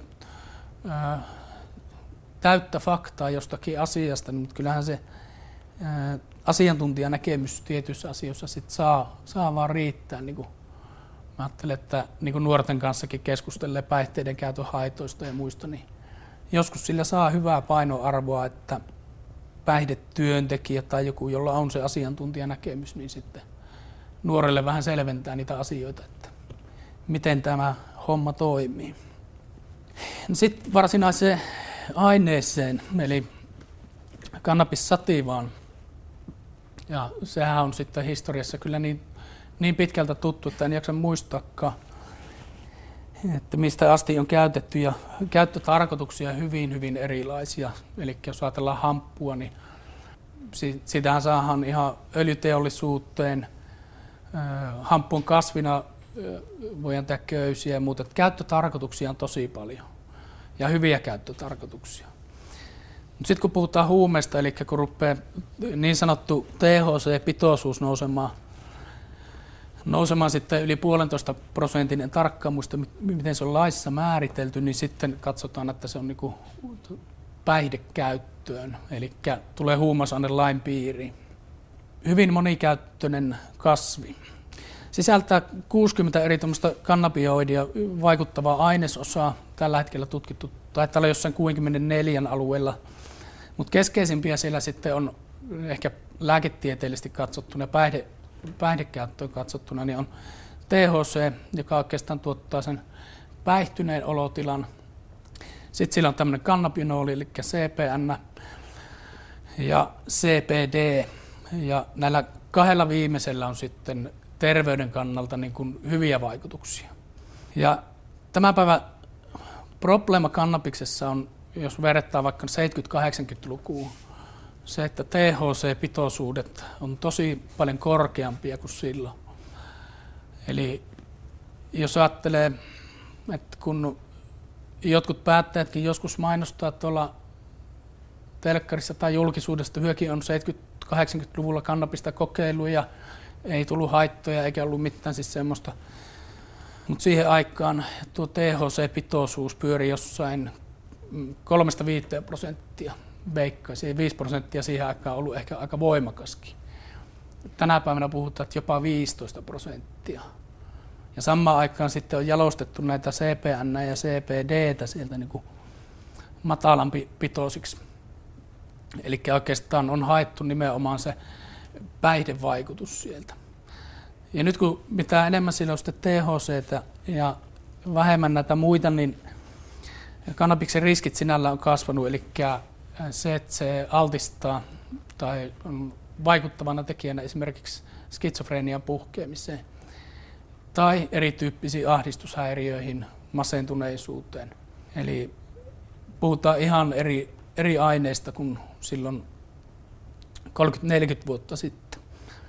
Speaker 6: täyttä faktaa jostakin asiasta, niin kyllähän se asiantuntijanäkemys tietyissä asioissa sit saa vaan riittää. Niin kuin mä ajattelen, että niin kuin nuorten kanssakin keskustelee päihteiden käytön haitoista ja muista, niin joskus sillä saa hyvää painoarvoa, että päihdetyöntekijä tai joku, jolla on se asiantuntijanäkemys, niin sitten nuorelle vähän selventää niitä asioita, että miten tämä homma toimii. Sitten varsinaiseen aineeseen, eli kannabissativaan. Ja sehän on sitten historiassa kyllä niin pitkältä tuttu, että en jaksa muistaakaan, että mistä asti on käytetty. Ja käyttötarkoituksia hyvin, hyvin erilaisia. Eli jos ajatellaan hamppua, niin sitähän saadaan ihan öljyteollisuuteen. Hamppuun kasvina voidaan tehdä köysiä ja muuta. Käyttötarkoituksia on tosi paljon ja hyviä käyttötarkoituksia. Sitten kun puhutaan huumeista, eli kun rupeaa niin sanottu THC-pitoisuus nousemaan sitten yli 1,5%, en tarkkaan muista, miten se on laissa määritelty, niin sitten katsotaan, että se on niinku päihdekäyttöön, eli tulee huumausainelain piiriin. Hyvin monikäyttöinen kasvi. Sisältää 60 eri kannabinoidia vaikuttavaa ainesosaa, tällä hetkellä tutkittu, taitaa olla jossain 64 alueella, mutta keskeisimpiä siellä sitten on ehkä lääketieteellisesti katsottuna ja päihdekäyttöön katsottuna, niin on THC, joka oikeastaan tuottaa sen päihtyneen olotilan. Sitten sillä on tämmöinen kannabinoli, eli CPN ja CBD, ja näillä kahdella viimeisellä on sitten terveyden kannalta niin kuin hyviä vaikutuksia. Ja tämän päivän probleema kannabiksessa on, jos verrataan vaikka 70-80-lukuun, se, että THC-pitoisuudet on tosi paljon korkeampia kuin silloin. Eli jos ajattelee, että kun jotkut päättäjätkin joskus mainostaa tuolla telkkarissa tai julkisuudesta, hyökin on 70-80-luvulla kannabista kokeilu ja ei tullut haittoja eikä ollut mitään siis semmoista. Mutta siihen aikaan tuo THC-pitoisuus pyöri jossain 3-5% veikkaisin. 5% siihen aikaan on ollut ehkä aika voimakaskin. Tänä päivänä puhutaan, että jopa 15%. Ja samaan aikaan sitten on jalostettu näitä CPN ja CPDtä sieltä niin kuin matalampi pitoisiksi. Eli oikeastaan on haettu nimenomaan se päihdevaikutus sieltä. Ja nyt kun mitä enemmän siellä on sitten THCtä ja vähemmän näitä muita, niin kannabiksen riskit sinällä on kasvanut. Eli se, että se altistaa tai on vaikuttavana tekijänä esimerkiksi skitsofrenian puhkeamiseen tai erityyppisiin ahdistushäiriöihin, masentuneisuuteen. Eli puhutaan ihan eri aineista kuin silloin 30-40 vuotta sitten.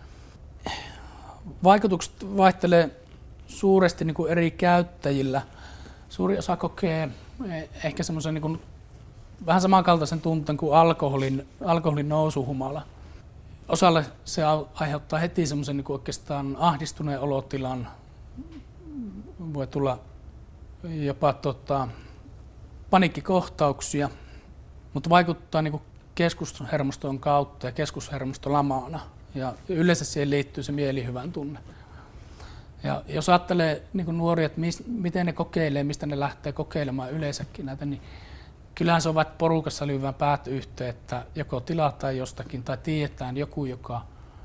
Speaker 6: Vaikutukset vaihtelee suuresti niin kuin eri käyttäjillä. Suuri osa kokee ehkä semmoisen niin kuin vähän samankaltaisen tunteen kuin alkoholin nousuhumala. Osalle se aiheuttaa heti semmoisen niin kuin oikeastaan ahdistuneen olotilan. Voi tulla jopa paniikkikohtauksia, mutta vaikuttaa niin kuin keskushermoston kautta ja keskushermostolamaana. Ja yleensä siihen liittyy se mielihyvän tunne. Ja jos ajattelee niin kuin nuoria, että miten ne kokeilee, mistä ne lähtee kokeilemaan yleensäkin näitä, niin kyllähän se on vaikka porukassa lyhyvän päät yhteen, että joko tilataan jostakin tai tiedetään joku, joka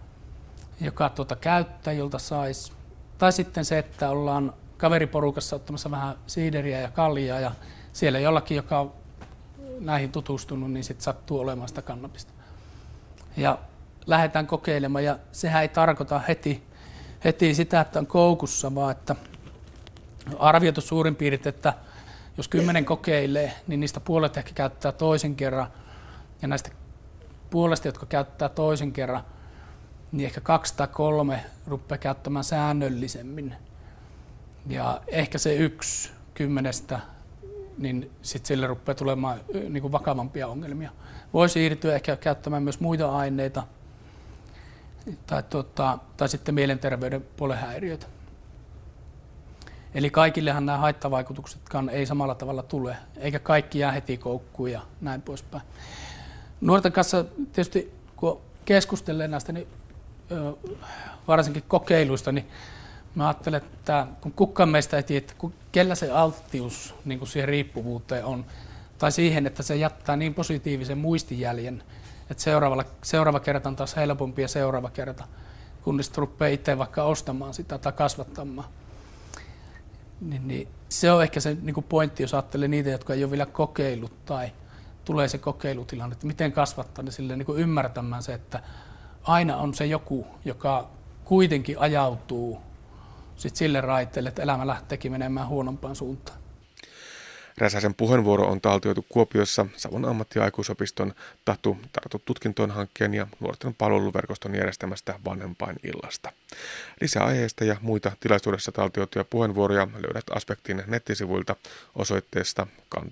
Speaker 6: käyttää, jolta saisi. Tai sitten se, että ollaan kaveriporukassa ottamassa vähän siideriä ja kaljaa ja siellä jollakin, joka on näihin tutustunut, niin sitten sattuu olemaan sitä kannabista. Ja lähdetään kokeilemaan ja sehän ei tarkoita heti sitä, että on koukussa, vaan että on arvioitu suurin piirtein, että jos 10 kokeilee, niin niistä puolet ehkä käyttää toisen kerran ja näistä puolesta, jotka käyttää toisen kerran, niin ehkä 2 tai 3 rupeaa käyttämään säännöllisemmin. Ja ehkä se 1 10, niin sitten sille rupeaa tulemaan niin kuin vakavampia ongelmia. Voi siirtyä ehkä käyttämään myös muita aineita tai sitten mielenterveyden puolen häiriöitä. Eli kaikillehan nämä haittavaikutuksetkaan ei samalla tavalla tule, eikä kaikki jää heti koukkuun ja näin poispäin. Nuorten kanssa tietysti, kun keskustelee näistä niin, varsinkin kokeiluista, niin mä ajattelen, että kun kukaan meistä ei tiedä, että kellä se alttius niin kuin siihen riippuvuuteen on, tai siihen, että se jättää niin positiivisen muistijäljen, että seuraava kerta on taas helpompi ja seuraava kerta, kunnes rupeaa itse vaikka ostamaan sitä tai kasvattamaan. Niin se on ehkä se niin kuin pointti, jos ajattelee niitä, jotka ei ole vielä kokeillut tai tulee se kokeilutilanne, että miten kasvattaa ne silleen niin kuin ymmärtämään se, että aina on se joku, joka kuitenkin ajautuu sit sille raiteelle, että elämä lähteekin menemään huonompaan suuntaan.
Speaker 2: Räsäsen puheenvuoro on taltioitu Kuopiossa Savon ammattiaikuisopiston Tartu tutkintoon hankkeen ja nuorten palveluverkoston järjestämästä vanhempainillasta. Lisää aiheista ja muita tilaisuudessa taltioituja puheenvuoroja löydät Aspektin nettisivuilta osoitteesta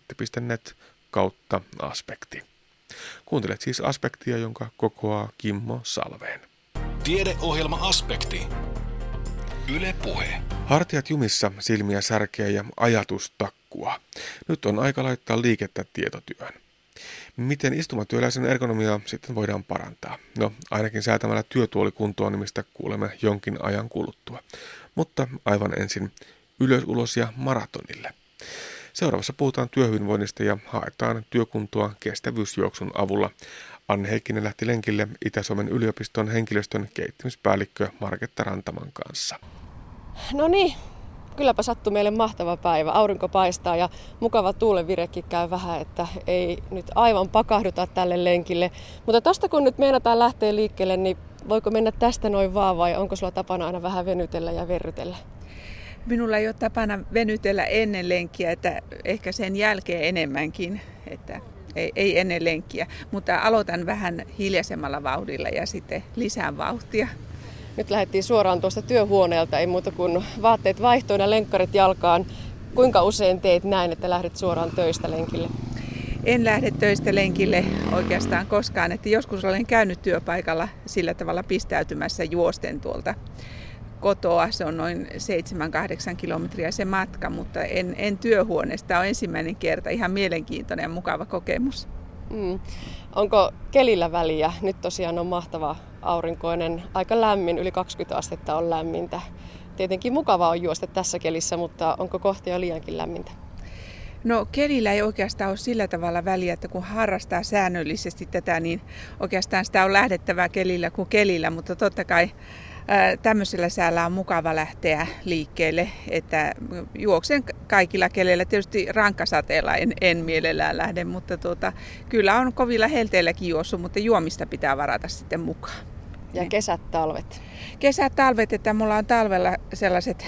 Speaker 2: kantti.net/aspekti. Kuuntelet siis Aspektia, jonka kokoaa Kimmo Salveen.
Speaker 1: Tiedeohjelma Aspekti. Yle Puhe.
Speaker 2: Hartiat jumissa, silmiä särkeä ja ajatus takkua. Nyt on aika laittaa liikettä tietotyöhön. Miten istumatyöläisen ergonomiaa sitten voidaan parantaa? No, ainakin säätämällä työtuolikuntoon, mistä kuulemme jonkin ajan kuluttua. Mutta aivan ensin ylös, ulos ja maratonille. Seuraavassa puhutaan työhyvinvoinnista ja haetaan työkuntoa kestävyysjuoksun avulla. Anne Heikkinen lähti lenkille Itä-Suomen yliopiston henkilöstön kehittämispäällikkö Marketta Rantaman kanssa.
Speaker 4: No niin, kylläpä sattui meille mahtava päivä. Aurinko paistaa ja mukava tuulenvirekin käy vähän, että ei nyt aivan pakahduta tälle lenkille. Mutta tosta kun nyt meinataan lähteä liikkeelle, niin voiko mennä tästä noin vaan vai onko sulla tapana aina vähän venytellä ja verrytellä?
Speaker 7: Minulla ei ole tapana venytellä ennen lenkkiä, että ehkä sen jälkeen enemmänkin, että ei ennen lenkkiä. Mutta aloitan vähän hiljaisemmalla vauhdilla ja sitten lisään vauhtia.
Speaker 4: Nyt lähdettiin suoraan tuosta työhuoneelta, ei muuta kuin vaatteet vaihtoon ja lenkkarit jalkaan. Kuinka usein teet näin, että lähdet suoraan töistä lenkille?
Speaker 7: En lähde töistä lenkille oikeastaan koskaan, että joskus olen käynyt työpaikalla sillä tavalla pistäytymässä juosten tuolta kotoa, se on noin 7-8 kilometriä se matka, mutta en työhuoneesta. Tämä on ensimmäinen kerta, ihan mielenkiintoinen ja mukava kokemus.
Speaker 4: Onko kelillä väliä? Nyt tosiaan on mahtava aurinkoinen, aika lämmin, yli 20 astetta on lämmintä. Tietenkin mukavaa on juosta tässä kelissä, mutta onko kohta jo liiankin lämmintä?
Speaker 7: No kelillä ei oikeastaan ole sillä tavalla väliä, että kun harrastaa säännöllisesti tätä, niin oikeastaan sitä on lähdettävää kelillä kuin kelillä, mutta totta kai tämmöisellä säällä on mukava lähteä liikkeelle, että juoksen kaikilla keleillä. Tietysti rankkasateella en mielellään lähde, mutta kyllä on kovilla helteilläkin juossut, mutta juomista pitää varata sitten mukaan.
Speaker 4: Ja kesät, talvet?
Speaker 7: Kesät, talvet, että mulla on talvella sellaiset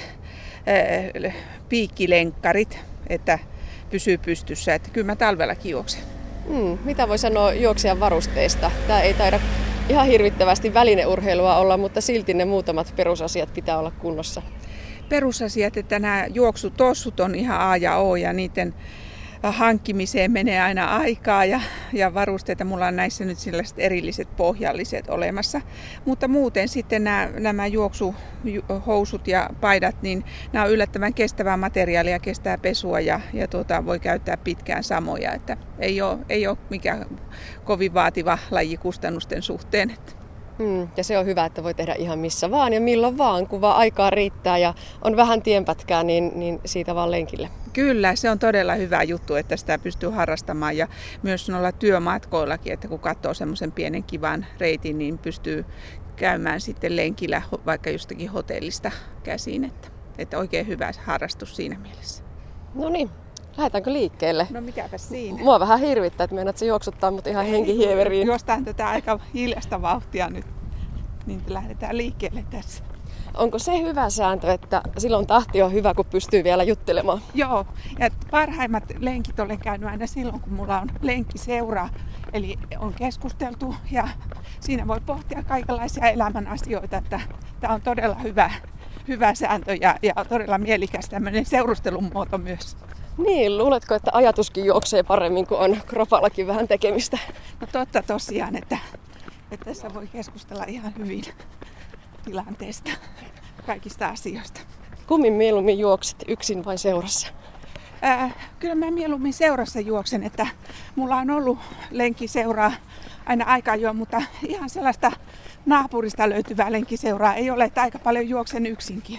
Speaker 7: piikkilenkkarit, että pysyy pystyssä, että kyllä mä talvellakin juoksen.
Speaker 4: Mitä voi sanoa juoksijan varusteista? Tämä ei taida ihan hirvittävästi välineurheilua olla, mutta silti ne muutamat perusasiat pitää olla kunnossa.
Speaker 7: Perusasiat, että nämä juoksutossut on ihan A ja O ja niiden hankkimiseen menee aina aikaa ja varusteita. Mulla on näissä nyt sellaiset erilliset pohjalliset olemassa. Mutta muuten sitten nämä juoksuhousut ja paidat, niin nämä on yllättävän kestävää materiaalia, kestää pesua ja voi käyttää pitkään samoja. Että ei ole mikään kovin vaativa laji kustannusten suhteen.
Speaker 4: Ja se on hyvä, että voi tehdä ihan missä vaan ja milloin vaan, kun vaan aikaa riittää ja on vähän tienpätkää, niin siitä vaan lenkille.
Speaker 7: Kyllä, se on todella hyvä juttu, että sitä pystyy harrastamaan ja myös noilla työmatkoillakin, että kun katsoo semmoisen pienen kivan reitin, niin pystyy käymään sitten lenkillä vaikka jostakin hotellista käsin, että oikein hyvä harrastus siinä mielessä.
Speaker 4: No niin, lähdetäänkö liikkeelle?
Speaker 7: No mikäpä siinä.
Speaker 4: Mua vähän hirvittää, että meinaat se juoksuttaa mut ihan henkihieveriin.
Speaker 7: Juostaan tätä aika hiljaista vauhtia nyt, niin lähdetään liikkeelle tässä.
Speaker 4: Onko se hyvä sääntö, että silloin tahti on hyvä, kun pystyy vielä juttelemaan?
Speaker 7: Joo, ja parhaimmat lenkit olen käynyt aina silloin, kun mulla on lenkkiseuraa. Eli on keskusteltu ja siinä voi pohtia kaikenlaisia elämän asioita, että tämä on todella hyvä sääntö ja todella mielikäs tämmöinen seurustelun muoto myös.
Speaker 4: Niin, luuletko, että ajatuskin juoksee paremmin, kun on kropallakin vähän tekemistä?
Speaker 7: No totta tosiaan, että tässä voi keskustella ihan hyvin tilanteesta, kaikista asioista.
Speaker 4: Kummin mieluummin juokset, yksin vai seurassa?
Speaker 7: Kyllä mä mieluummin seurassa juoksen, että mulla on ollut lenkkiseuraa aina aika ajoin, mutta ihan sellaista naapurista löytyvää lenkkiseuraa ei ole, että aika paljon juoksen yksinkin.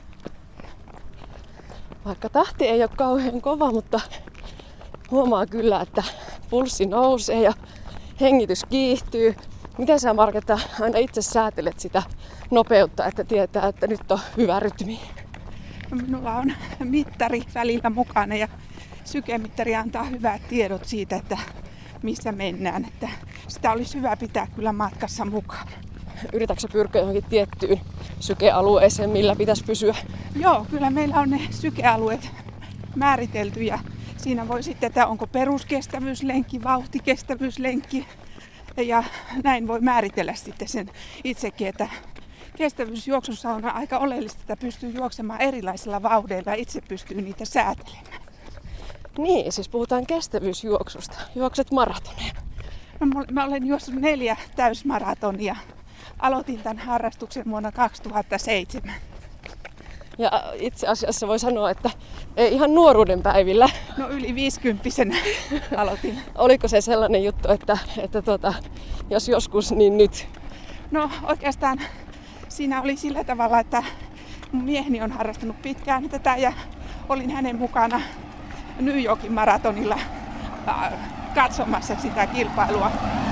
Speaker 4: Vaikka tahti ei ole kauhean kova, mutta huomaa kyllä, että pulssi nousee ja hengitys kiihtyy. Miten sä, Marketta, aina itse säätelet sitä nopeutta, että tietää, että nyt on hyvä rytmi?
Speaker 7: Minulla on mittari välillä mukana ja sykemittari antaa hyvät tiedot siitä, että missä mennään. Että sitä olisi hyvä pitää kyllä matkassa mukaan.
Speaker 4: Yritätkö pyrkiä johonkin tiettyyn sykealueeseen, millä pitäisi pysyä?
Speaker 7: Joo, kyllä meillä on ne sykealueet määritelty ja siinä voi sitten, että onko peruskestävyyslenkki, vauhtikestävyyslenkki ja näin voi määritellä sitten sen itsekin, että kestävyysjuoksussa on aika oleellista, että pystyy juoksemaan erilaisilla vauhdeilla ja itse pystyy niitä säätelemään.
Speaker 4: Niin, siis puhutaan kestävyysjuoksusta. Juokset maratoneja.
Speaker 7: No, mä olen juossut 4 täysmaratonia. Aloitin tämän harrastuksen vuonna 2007.
Speaker 4: Ja itse asiassa voi sanoa, että ei ihan nuoruuden päivillä.
Speaker 7: No yli 50-vuotiaana aloitin.
Speaker 4: Oliko se sellainen juttu, että jos joskus, niin nyt?
Speaker 7: No oikeastaan siinä oli sillä tavalla, että mun mieheni on harrastanut pitkään tätä ja olin hänen mukana New Yorkin maratonilla katsomassa sitä kilpailua.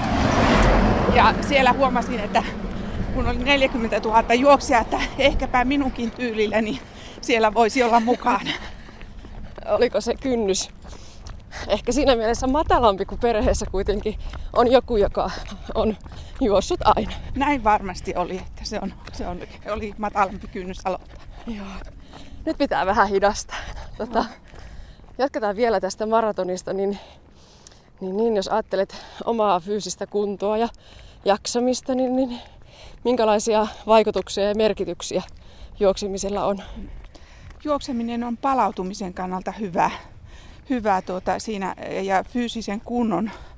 Speaker 7: Ja siellä huomasin, että kun oli 40 000 juoksijaa, että ehkäpä minunkin tyylilläni siellä voisi olla mukana.
Speaker 4: Oliko se kynnys ehkä siinä mielessä matalampi, kuin perheessä kuitenkin on joku, joka on juossut aina?
Speaker 7: Näin varmasti oli, että oli matalampi kynnys aloittaa.
Speaker 4: Joo. Nyt pitää vähän hidastaa. Jatketaan vielä tästä maratonista, niin jos ajattelet omaa fyysistä kuntoa ja jaksamista, niin minkälaisia vaikutuksia ja merkityksiä juoksemisella on?
Speaker 7: Juokseminen on palautumisen kannalta hyvä siinä ja fyysisen kunnon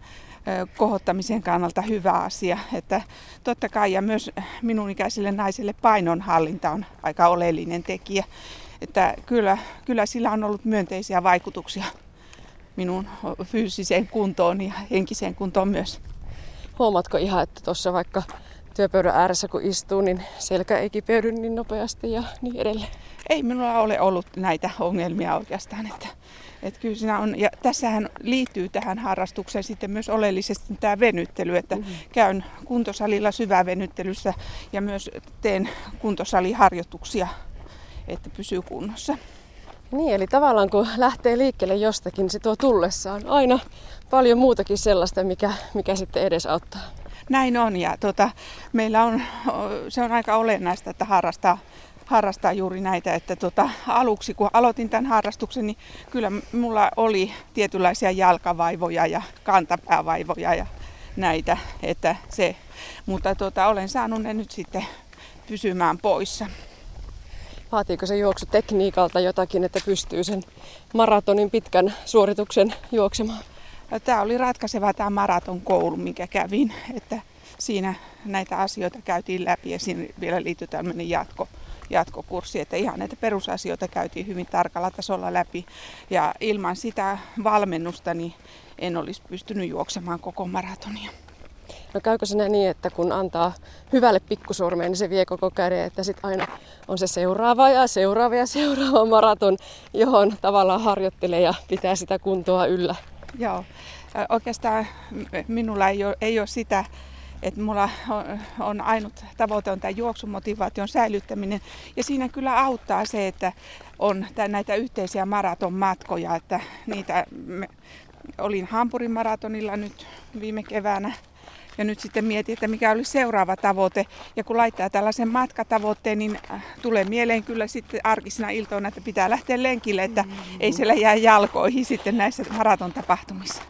Speaker 7: kohottamisen kannalta hyvä asia. Että totta kai ja myös minun ikäiselle naiselle painonhallinta on aika oleellinen tekijä. Että kyllä sillä on ollut myönteisiä vaikutuksia minun fyysiseen kuntoon ja henkiseen kuntoon myös.
Speaker 4: Huomaatko ihan, että tuossa vaikka työpöydän ääressä kun istuu, niin selkä ei kipeydy niin nopeasti ja niin edelleen?
Speaker 7: Ei minulla ole ollut näitä ongelmia oikeastaan. Että kyllä siinä on, ja tässähän liittyy tähän harrastukseen sitten myös oleellisesti tämä venyttely, että käyn kuntosalilla syvävenyttelyssä ja myös teen kuntosaliharjoituksia, että pysyy kunnossa.
Speaker 4: Niin, eli tavallaan kun lähtee liikkeelle jostakin, se tuo tullessaan aina paljon muutakin sellaista, mikä sitten edesauttaa.
Speaker 7: Näin on, ja meillä se on aika olennaista, että harrastaa juuri näitä, että aluksi kun aloitin tämän harrastuksen, niin kyllä mulla oli tietynlaisia jalkavaivoja ja kantapäävaivoja ja näitä, mutta olen saanut ne nyt sitten pysymään poissa.
Speaker 4: Vaatiiko se juoksutekniikalta jotakin, että pystyy sen maratonin pitkän suorituksen juoksemaan?
Speaker 7: Tämä oli ratkaiseva tämä maratonkoulu, minkä kävin, että siinä näitä asioita käytiin läpi ja siinä vielä liittyy tämmöinen jatkokurssi, että ihan näitä perusasioita käytiin hyvin tarkalla tasolla läpi ja ilman sitä valmennusta niin en olisi pystynyt juoksemaan koko maratonia.
Speaker 4: No käykö se niin, että kun antaa hyvälle pikkusormeen, niin se vie koko käden, että sitten aina on se seuraava maraton, johon tavallaan harjoittelee ja pitää sitä kuntoa yllä?
Speaker 7: Joo, oikeastaan minulla ei ole sitä, että mulla on ainut tavoite on tämä juoksumotivaation säilyttäminen. Ja siinä kyllä auttaa se, että on näitä yhteisiä maratonmatkoja, että olin Hampurin maratonilla nyt viime keväänä. Ja nyt sitten mietin, että mikä olisi seuraava tavoite. Ja kun laittaa tällaisen matkatavoitteen, niin tulee mieleen kyllä sitten arkisina iltoina, että pitää lähteä lenkille, että ei siellä jää jalkoihin sitten näissä maratontapahtumissa.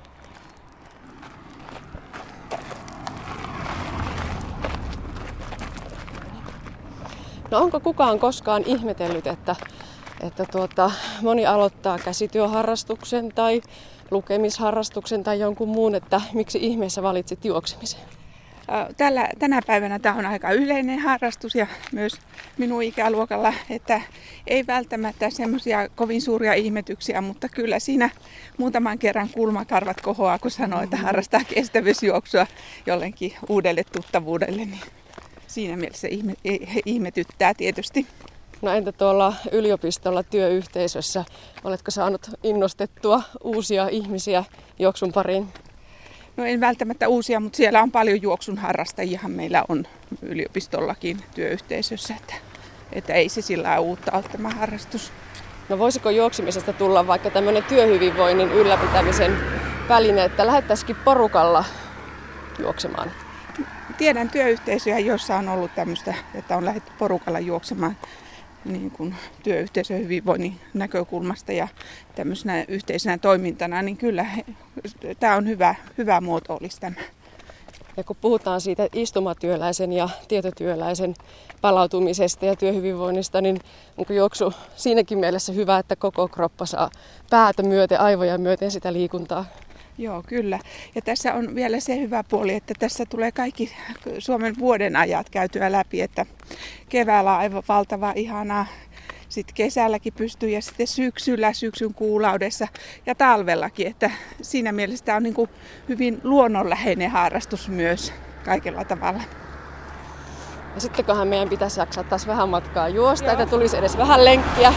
Speaker 4: No onko kukaan koskaan ihmetellyt, että moni aloittaa käsityöharrastuksen tai lukemisharrastuksen tai jonkun muun, että miksi ihmeessä valitsit juoksemisen?
Speaker 7: Tänä päivänä tämä on aika yleinen harrastus ja myös minun ikäluokalla, että ei välttämättä semmoisia kovin suuria ihmetyksiä, mutta kyllä siinä muutaman kerran kulmakarvat kohoaa, kun sanoo, että harrastaa kestävyysjuoksua jollekin uudelle tuttavuudelle, niin siinä mielessä ihmetyttää tietysti.
Speaker 4: No entä tuolla yliopistolla työyhteisössä, oletko saanut innostettua uusia ihmisiä juoksun pariin?
Speaker 7: No en välttämättä uusia, mutta siellä on paljon juoksun harrastajiahan meillä on yliopistollakin työyhteisössä, että ei se sillä uutta ole tämä harrastus.
Speaker 4: No voisiko juoksemisesta tulla vaikka tämmöinen työhyvinvoinnin ylläpitämisen väline, että lähettäisikin porukalla juoksemaan?
Speaker 7: Tiedän työyhteisöjä, joissa on ollut tämmöistä, että on lähdetty porukalla juoksemaan niin kuin työyhteisön hyvinvoinnin näkökulmasta ja tämmöisenä yhteisenä toimintana, niin kyllä tämä on hyvä muoto olisi tämä.
Speaker 4: Ja kun puhutaan siitä istumatyöläisen ja tietotyöläisen palautumisesta ja työhyvinvoinnista, niin onko juoksu siinäkin mielessä hyvä, että koko kroppa saa päätä myöten, aivoja myöten sitä liikuntaa?
Speaker 7: Joo, kyllä. Ja tässä on vielä se hyvä puoli, että tässä tulee kaikki Suomen vuoden ajat käytyä läpi, että keväällä on aivan valtava ihanaa, sitten kesälläkin pystyy ja sitten syksyllä, syksyn kuulaudessa ja talvellakin, että siinä mielessä tämä on niin kuin hyvin luonnonläheinen harrastus myös kaikella tavalla.
Speaker 4: Ja sittenköhän meidän pitäisi jaksaa taas vähän matkaa juosta, että tulisi edes vähän lenkkiä.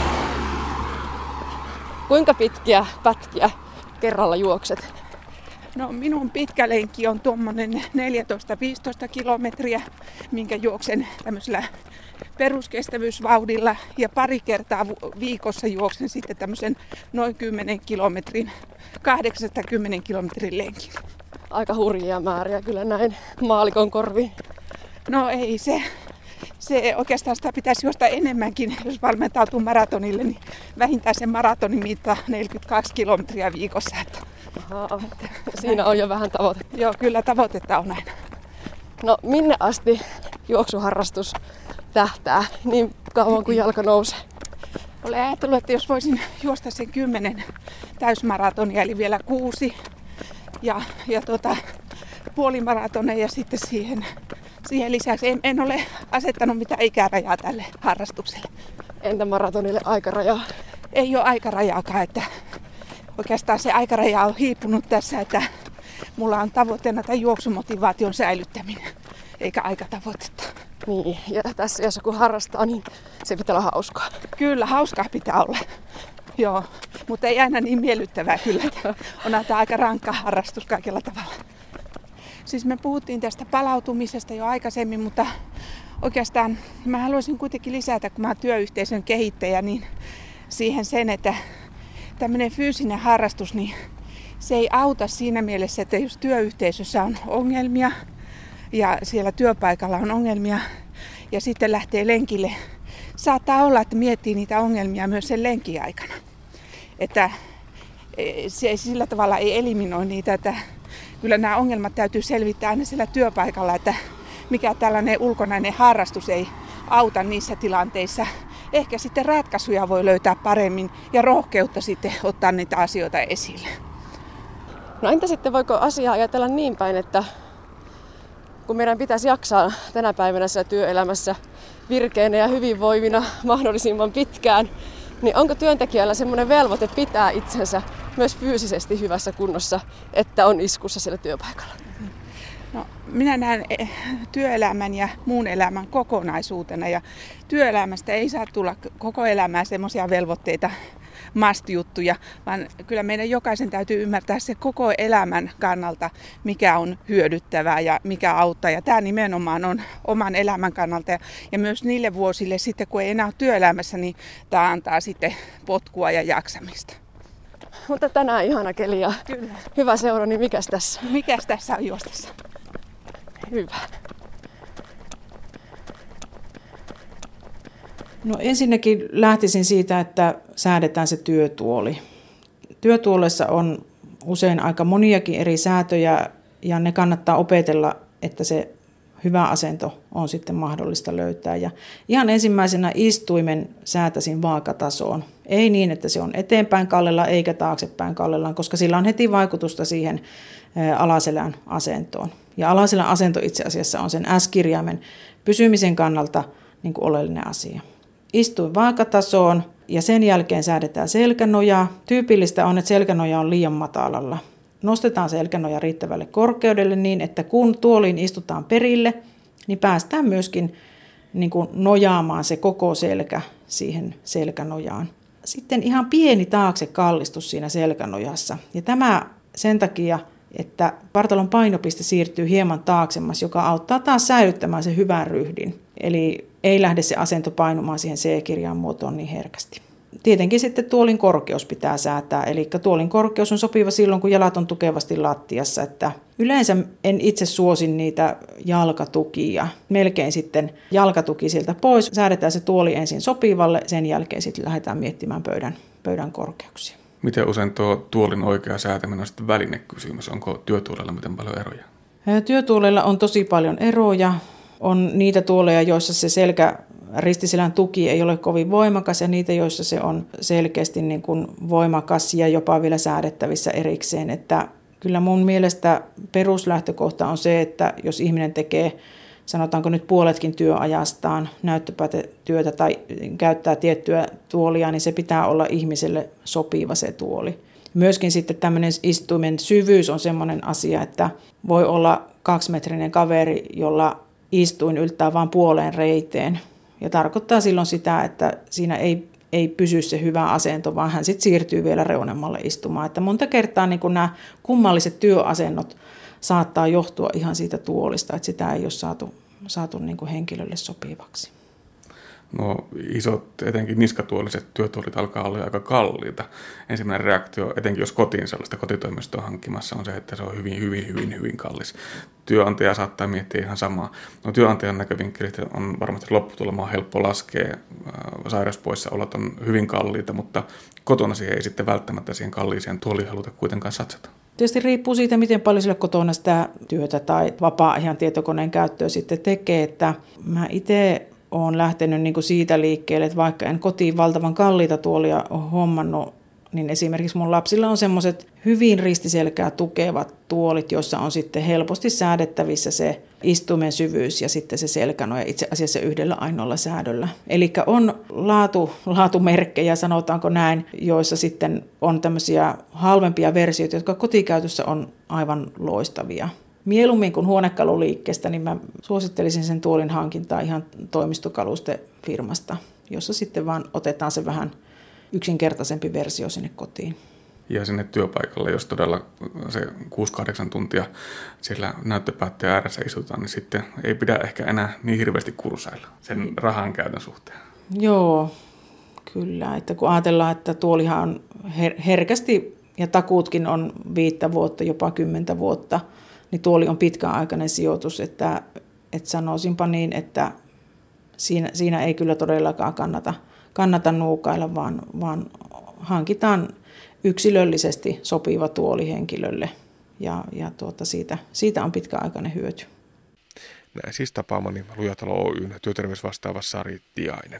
Speaker 4: Kuinka pitkiä pätkiä kerralla juokset?
Speaker 7: No minun pitkä lenkki on tuommoinen 14-15 kilometriä, minkä juoksen tämmöisellä peruskestävyysvauhdilla ja pari kertaa viikossa juoksen sitten tämmöisen noin 10 kilometrin, 80 kilometrin lenkin.
Speaker 4: Aika hurjia määriä kyllä näin maalikon korviin.
Speaker 7: No ei se oikeastaan sitä pitäisi juosta enemmänkin, jos valmentautuu maratonille, niin vähintään sen maratonin mitta 42 kilometriä viikossa.
Speaker 4: Aha, siinä on jo vähän tavoitetta.
Speaker 7: Joo, kyllä tavoitetta on aina.
Speaker 4: No minne asti juoksuharrastus tähtää niin kauan kuin jalka nousee?
Speaker 7: Olen ajatellut, että jos voisin juosta sen 10 täysmaratonia, eli vielä 6. Ja puolimaratoneja ja sitten siihen lisäksi en ole asettanut mitään ikärajaa tälle harrastukselle.
Speaker 4: Entä maratonille aikarajaa?
Speaker 7: Ei ole aikarajaakaan, että oikeastaan se aikaraja on hiipunut tässä, että mulla on tavoitteena tämän juoksumotivaation säilyttäminen, eikä aikatavoitetta.
Speaker 4: Niin, ja tässä jos joku harrastaa, niin se pitää olla hauskaa.
Speaker 7: Kyllä, hauskaa pitää olla. Joo, mutta ei aina niin miellyttävää kyllä, että on tämä aika rankka harrastus kaikella tavalla. Siis me puhuttiin tästä palautumisesta jo aikaisemmin, mutta oikeastaan mä haluaisin kuitenkin lisätä, kun mä oon työyhteisön kehittäjä, niin siihen sen, että tämmöinen fyysinen harrastus, niin se ei auta siinä mielessä, että jos työyhteisössä on ongelmia ja siellä työpaikalla on ongelmia ja sitten lähtee lenkille, saattaa olla, että miettii niitä ongelmia myös sen lenkin aikana. Että se sillä tavalla ei eliminoi niitä, että kyllä nämä ongelmat täytyy selvittää aina siellä työpaikalla, että mikä tällainen ulkonainen harrastus ei auta niissä tilanteissa. Ehkä sitten ratkaisuja voi löytää paremmin ja rohkeutta sitten ottaa niitä asioita esille.
Speaker 4: No entä sitten voiko asiaa ajatella niin päin, että kun meidän pitäisi jaksaa tänä päivänä siellä työelämässä virkeänä ja hyvinvoivina mahdollisimman pitkään, niin onko työntekijällä semmoinen velvoite pitää itsensä myös fyysisesti hyvässä kunnossa, että on iskussa siellä työpaikalla?
Speaker 7: No, minä näen työelämän ja muun elämän kokonaisuutena ja työelämästä ei saa tulla koko elämää semmoisia velvoitteita, must-juttuja, vaan kyllä meidän jokaisen täytyy ymmärtää se koko elämän kannalta, mikä on hyödyttävää ja mikä auttaa. Ja tämä nimenomaan on oman elämän kannalta ja myös niille vuosille sitten, kun ei enää ole työelämässä, niin tämä antaa sitten potkua ja jaksamista.
Speaker 4: Mutta tänään ihana keli ja kyllä. Hyvä seura, niin mikäs tässä?
Speaker 7: Mikäs tässä on juostessa?
Speaker 4: Hyvä.
Speaker 8: No ensinnäkin lähtisin siitä, että säädetään se työtuoli. Työtuolessa on usein aika moniakin eri säätöjä ja ne kannattaa opetella, että se hyvä asento on sitten mahdollista löytää. Ja ihan ensimmäisenä istuimen säätäisin vaakatasoon. Ei niin, että se on eteenpäin kallella eikä taaksepäin kallellaan, koska sillä on heti vaikutusta siihen alaselän asentoon. Ja alaselän asento itse asiassa on sen S-kirjaimen pysymisen kannalta niin kuin oleellinen asia. Istuin vaakatasoon ja sen jälkeen säädetään selkänojaa. Tyypillistä on, että selkänoja on liian matalalla. Nostetaan selkänoja riittävälle korkeudelle niin, että kun tuoliin istutaan perille, niin päästään myöskin niin kuin nojaamaan se koko selkä siihen selkänojaan. Sitten ihan pieni taakse kallistus siinä selkänojassa. Ja tämä sen takia, että partalon painopiste siirtyy hieman taaksemmas, joka auttaa taas säilyttämään sen hyvän ryhdin. Eli ei lähde se asento painumaan siihen C-kirjan muotoon niin herkästi. Tietenkin sitten tuolin korkeus pitää säätää, eli tuolin korkeus on sopiva silloin, kun jalat on tukevasti lattiassa. Että yleensä en itse suosin niitä jalkatukia. Melkein sitten jalkatuki sieltä pois. Säädetään se tuoli ensin sopivalle, sen jälkeen sitten lähdetään miettimään pöydän korkeuksia.
Speaker 2: Miten usein tuo tuolin oikea säätäminen on sitten välinekysymys? Onko työtuolella miten paljon eroja?
Speaker 8: Työtuolella on tosi paljon eroja. On niitä tuoleja, joissa se ristiselän tuki ei ole kovin voimakas ja niitä, joissa se on selkeästi niin kuin voimakas ja jopa vielä säädettävissä erikseen. Että kyllä mun mielestä peruslähtökohta on se, että jos ihminen tekee, sanotaanko nyt puoletkin työajastaan näyttöpäätetyötä tai käyttää tiettyä tuolia, niin se pitää olla ihmiselle sopiva se tuoli. Myöskin sitten tämmöinen istuimen syvyys on semmoinen asia, että voi olla 2-metrinen kaveri, jolla istuin yltää vain puoleen reiteen. Ja tarkoittaa silloin sitä, että siinä ei pysy se hyvä asento, vaan hän sitten siirtyy vielä reunemmalle istumaan. Että monta kertaa niin kun nämä kummalliset työasennot saattaa johtua ihan siitä tuolista, että sitä ei ole saatu niin kuin henkilölle sopivaksi.
Speaker 2: No isot, etenkin niskatuoliset työtuolit alkaa olla aika kalliita. Ensimmäinen reaktio, etenkin jos kotiin sellaista kotitoimistoa hankkimassa, on se, että se on hyvin kallis. Työnantaja saattaa miettiä ihan samaa. No työnantajan näkövinkkelistä on varmasti lopputulemaan helppo laskea. Sairauspoissaolot on hyvin kalliita, mutta kotona siihen ei sitten välttämättä siihen kalliiseen tuoliin haluta kuitenkaan satsata.
Speaker 8: Tietysti riippuu siitä, miten paljon sillä kotona sitä työtä tai vapaa-ajan tietokoneen käyttöä sitten tekee. Että mä itse olen lähtenyt niin kuin siitä liikkeelle, että vaikka en kotiin valtavan kalliita tuolia ole hommannut, niin esimerkiksi mun lapsilla on semmoiset hyvin ristiselkää tukevat tuolit, joissa on sitten helposti säädettävissä se istuimen syvyys ja sitten se selkänoja itse asiassa yhdellä ainoalla säädöllä. Eli on laatumerkkejä, sanotaanko näin, joissa sitten on tämmöisiä halvempia versioita, jotka kotikäytössä on aivan loistavia. Mieluummin kuin huonekaluliikkeestä, niin mä suosittelisin sen tuolin hankintaa ihan toimistokalustefirmasta, jossa sitten vaan otetaan se vähän yksinkertaisempi versio sinne kotiin.
Speaker 2: Ja sinne työpaikalle, jos todella se 6-8 tuntia siellä näyttöpäätteen ääressä istutaan, niin sitten ei pidä ehkä enää niin hirveästi kursailla sen rahan käytön suhteen.
Speaker 8: Joo, kyllä. Että kun ajatellaan, että tuolihan on herkästi ja takuutkin on 5 vuotta, jopa 10 vuotta, niin tuoli on pitkäaikainen sijoitus, että sanoisinpa niin, että siinä ei kyllä todellakaan kannata nuukailla, vaan hankitaan yksilöllisesti sopiva tuoli henkilölle ja siitä on pitkäaikainen hyöty.
Speaker 2: Näin siis tapaamani Lujatalo Oyn työterveysvastaava Sari Tiainen.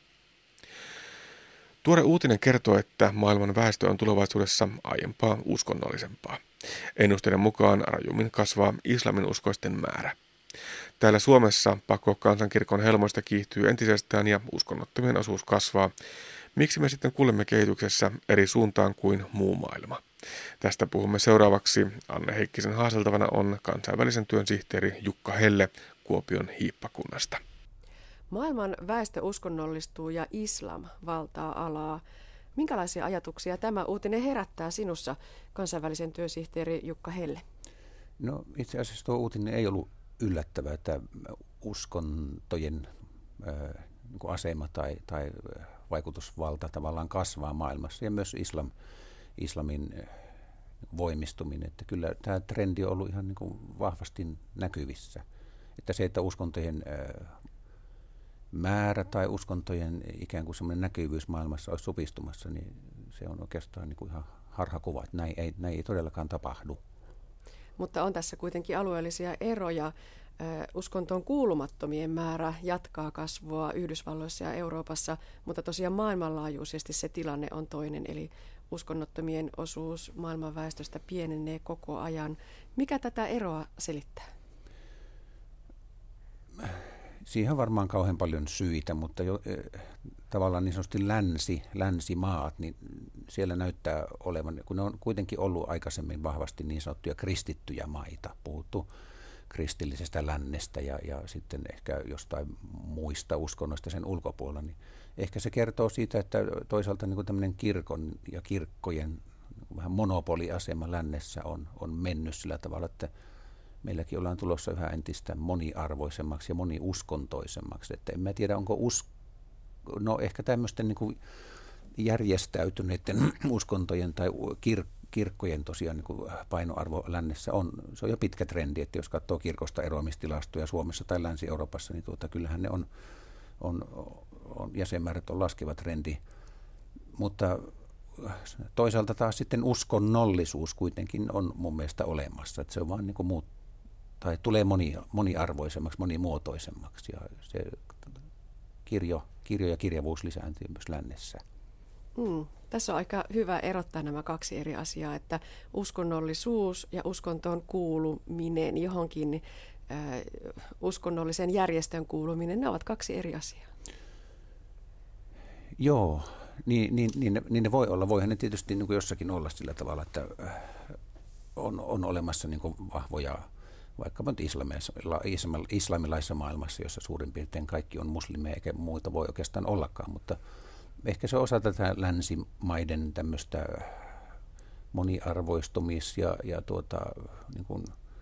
Speaker 2: Tuore uutinen kertoo, että maailman väestö on tulevaisuudessa aiempaa uskonnollisempaa. Ennusteiden mukaan rajummin kasvaa islaminuskoisten määrä. Täällä Suomessa pakko kansankirkon helmoista kiihtyy entisestään ja uskonnottomien osuus kasvaa. Miksi me sitten kuulemme kehityksessä eri suuntaan kuin muu maailma? Tästä puhumme seuraavaksi. Anne Heikkisen haaseltavana on kansainvälisen työn sihteeri Jukka Helle Kuopion hiippakunnasta.
Speaker 4: Maailman väestö uskonnollistuu ja islam valtaa alaa. Minkälaisia ajatuksia tämä uutinen herättää sinussa, kansainvälisen työsihteeri Jukka Helle?
Speaker 9: No itse asiassa tuo uutinen ei ollut yllättävä, että uskontojen asema tai vaikutusvalta tavallaan kasvaa maailmassa ja myös islamin voimistuminen. Että kyllä tämä trendi on ollut ihan niin kuin vahvasti näkyvissä. Että se, että uskontojen määrä tai uskontojen ikään kuin semmoinen näkyvyys maailmassa olisi supistumassa, niin se on oikeastaan niin kuin ihan harhakuva, että näin ei todellakaan tapahdu.
Speaker 4: Mutta on tässä kuitenkin alueellisia eroja. Uskontoon kuulumattomien määrä jatkaa kasvua Yhdysvalloissa ja Euroopassa, mutta tosiaan maailmanlaajuisesti se tilanne on toinen, eli uskonnottomien osuus maailman väestöstä pienenee koko ajan. Mikä tätä eroa selittää?
Speaker 9: Siihen on varmaan kauhean paljon syitä, mutta tavallaan niin sanotusti länsimaat, niin siellä näyttää olevan, kun ne on kuitenkin ollut aikaisemmin vahvasti niin sanottuja kristittyjä maita, puhuttu kristillisestä lännestä ja sitten ehkä jostain muista uskonnoista sen ulkopuolella, niin ehkä se kertoo siitä, että toisaalta niin kuin tämmöinen kirkon ja kirkkojen vähän monopoliasema lännessä on mennyt sillä tavalla, että meilläkin ollaan tulossa yhä entistä moniarvoisemmaksi ja moniuskontoisemmaksi. Että en mä tiedä, onko no ehkä tämmöisten niin kuin järjestäytyneiden uskontojen tai kirkkojen tosiaan niin kuin painoarvo lännessä se on jo pitkä trendi, että jos katsoo kirkosta eroamistilastoja Suomessa tai Länsi-Euroopassa, niin kyllähän ne on jäsenmäärät on laskeva trendi, mutta toisaalta taas sitten uskonnollisuus kuitenkin on mun mielestä olemassa, että se on vaan niin kuin tai tulee moniarvoisemmaksi, monimuotoisemmaksi ja se kirjo ja kirjavuus lisääntyy myös lännessä.
Speaker 4: Tässä on aika hyvä erottaa nämä kaksi eri asiaa, että uskonnollisuus ja uskontoon kuuluminen, johonkin uskonnollisen järjestön kuuluminen, ne ovat kaksi eri asiaa.
Speaker 9: Joo, niin ne voi olla. Voihan ne tietysti niin kuin jossakin olla sillä tavalla, että on olemassa niin kuin vahvoja, vaikkapa nyt islamilaisessa maailmassa, jossa suurin piirtein kaikki on muslimeja eikä muita voi oikeastaan ollakaan, mutta ehkä se osa tätä länsimaiden tämmöistä moniarvoistumis- ja niin kuin,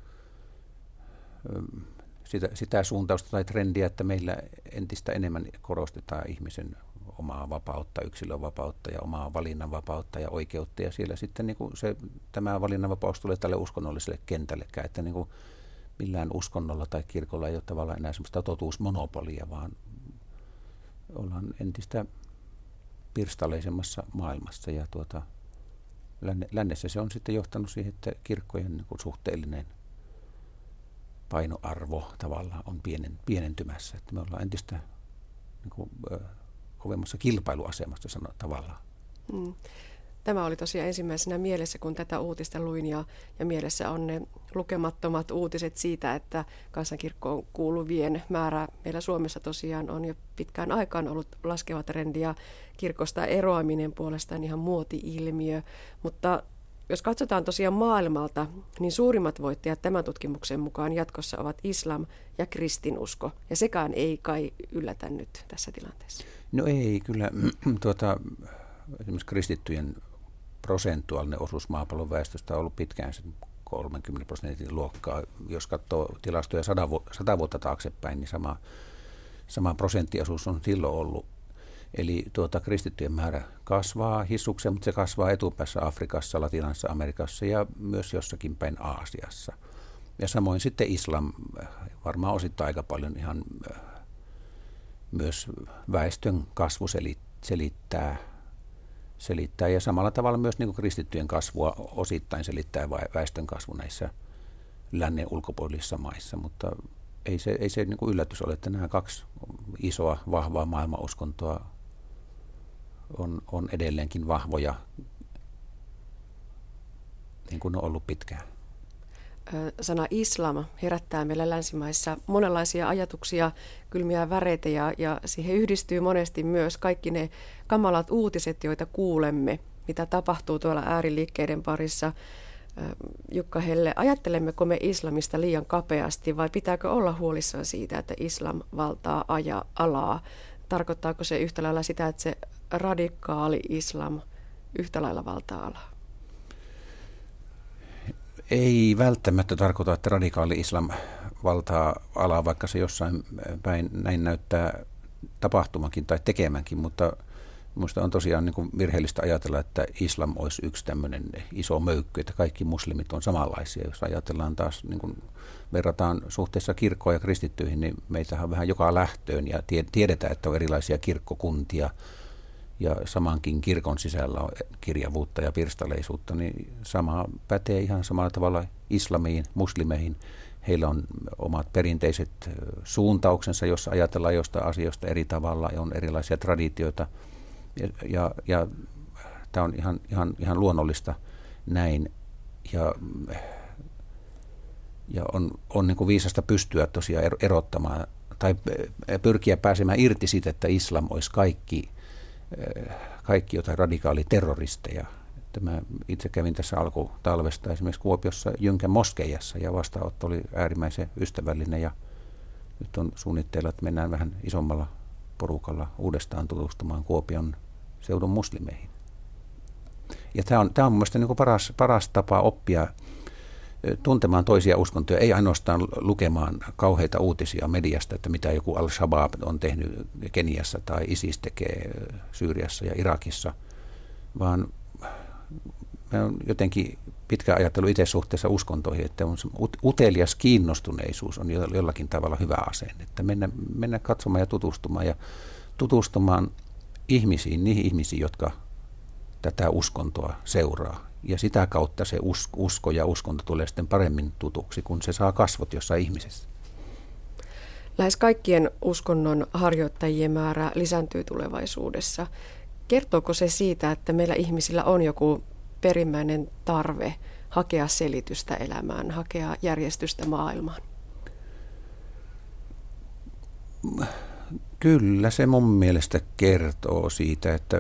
Speaker 9: sitä suuntausta tai trendiä, että meillä entistä enemmän korostetaan ihmisen omaa vapautta, yksilön vapautta ja omaa valinnanvapautta ja oikeutta. Ja siellä sitten niin kuin tämä valinnanvapaus tulee tälle uskonnolliselle kentällekään, että niin kuin millään uskonnolla tai kirkolla ei ole tavallaan enää sellaista totuusmonopolia, vaan ollaan entistä pirstaleisemmassa maailmassa. Ja lännessä se on sitten johtanut siihen, että kirkkojen niin kuin suhteellinen painoarvo tavallaan on pienentymässä. Että me ollaan entistä niin kuin, kovemmassa kilpailuasemassa tavallaan.
Speaker 4: Tämä oli tosiaan ensimmäisenä mielessä, kun tätä uutista luin, ja mielessä on ne lukemattomat uutiset siitä, että kansankirkkoon kuuluvien määrä meillä Suomessa tosiaan on jo pitkään aikaan ollut laskeva trendi, ja kirkosta eroaminen puolestaan ihan muoti-ilmiö. Mutta jos katsotaan tosiaan maailmalta, niin suurimmat voittajat tämän tutkimuksen mukaan jatkossa ovat islam ja kristinusko, ja sekään ei kai yllätä nyt tässä tilanteessa.
Speaker 9: No ei, kyllä esimerkiksi kristittyjen prosentuaalinen osuus maapallon väestöstä on ollut pitkään 30% luokkaa. Jos katsoo tilastoja 100 vuotta taaksepäin, niin sama prosenttiosuus on silloin ollut. Eli kristittyjen määrä kasvaa hissukseen, mutta se kasvaa etupäässä Afrikassa, Latinalaisessa Amerikassa ja myös jossakin päin Aasiassa. Ja samoin sitten islam varmaan osittain aika paljon ihan myös väestön kasvu selittää ja samalla tavalla myös niin kuin kristittyjen kasvua osittain selittää väestön kasvu näissä lännen ulkopuolisissa maissa, mutta ei se niin kuin yllätys ole, että nämä kaksi isoa, vahvaa maailmanuskontoa on edelleenkin vahvoja, niin kuin on ollut pitkään.
Speaker 4: Sana islam herättää meillä länsimaissa monenlaisia ajatuksia, kylmiä väreitä ja siihen yhdistyy monesti myös kaikki ne kamalat uutiset, joita kuulemme, mitä tapahtuu tuolla ääriliikkeiden parissa. Jukka Helle, ajattelemmeko me islamista liian kapeasti vai pitääkö olla huolissaan siitä, että islam valtaa alaa? Tarkoittaako se yhtä lailla sitä, että se radikaali islam yhtä lailla valtaa alaa?
Speaker 9: Ei välttämättä tarkoita, että radikaali islam valtaa alaa, vaikka se jossain päin näin näyttää tapahtumakin tai tekemänkin, mutta minusta on tosiaan niin kuin virheellistä ajatella, että islam olisi yksi tämmöinen iso möykky, että kaikki muslimit on samanlaisia. Jos ajatellaan taas, niin kuin verrataan suhteessa kirkkoon ja kristittyihin, niin meitähän on vähän joka lähtöön ja tiedetään, että on erilaisia kirkkokuntia ja samankin kirkon sisällä on kirjavuutta ja pirstaleisuutta, niin sama pätee ihan samalla tavalla islamiin, muslimeihin. Heillä on omat perinteiset suuntauksensa, jos ajatellaan jostain asioista eri tavalla ja on erilaisia traditioita. Ja tämä on ihan luonnollista näin. Ja on niin kuin viisasta pystyä tosiaan erottamaan tai pyrkiä pääsemään irti siitä, että islam olisi kaikki jotain radikaaliterroristeja. Mä itse kävin tässä alkutalvesta esimerkiksi Kuopiossa Jynkän moskeijassa ja vastaanotto oli äärimmäisen ystävällinen ja nyt on suunnitteilla, että mennään vähän isommalla porukalla uudestaan tutustumaan Kuopion seudun muslimeihin. Ja tämä on mun mielestä niin kuin paras tapa oppia tuntemaan toisia uskontoja, ei ainoastaan lukemaan kauheita uutisia mediasta, että mitä joku Al-Shabaab on tehnyt Keniassa tai ISIS tekee Syyriassa ja Irakissa, vaan mä olen jotenkin pitkään ajatellut itse suhteessa uskontoihin, että on utelias kiinnostuneisuus on jollakin tavalla hyvä asenne, että mennä katsomaan ja tutustumaan niihin ihmisiin, jotka tätä uskontoa seuraa. Ja sitä kautta se usko ja uskonto tulee sitten paremmin tutuksi, kun se saa kasvot jossain ihmisessä.
Speaker 4: Lähes kaikkien uskonnon harjoittajien määrä lisääntyy tulevaisuudessa. Kertooko se siitä, että meillä ihmisillä on joku perimmäinen tarve hakea selitystä elämään, hakea järjestystä maailmaan?
Speaker 9: Kyllä se mun mielestä kertoo siitä, että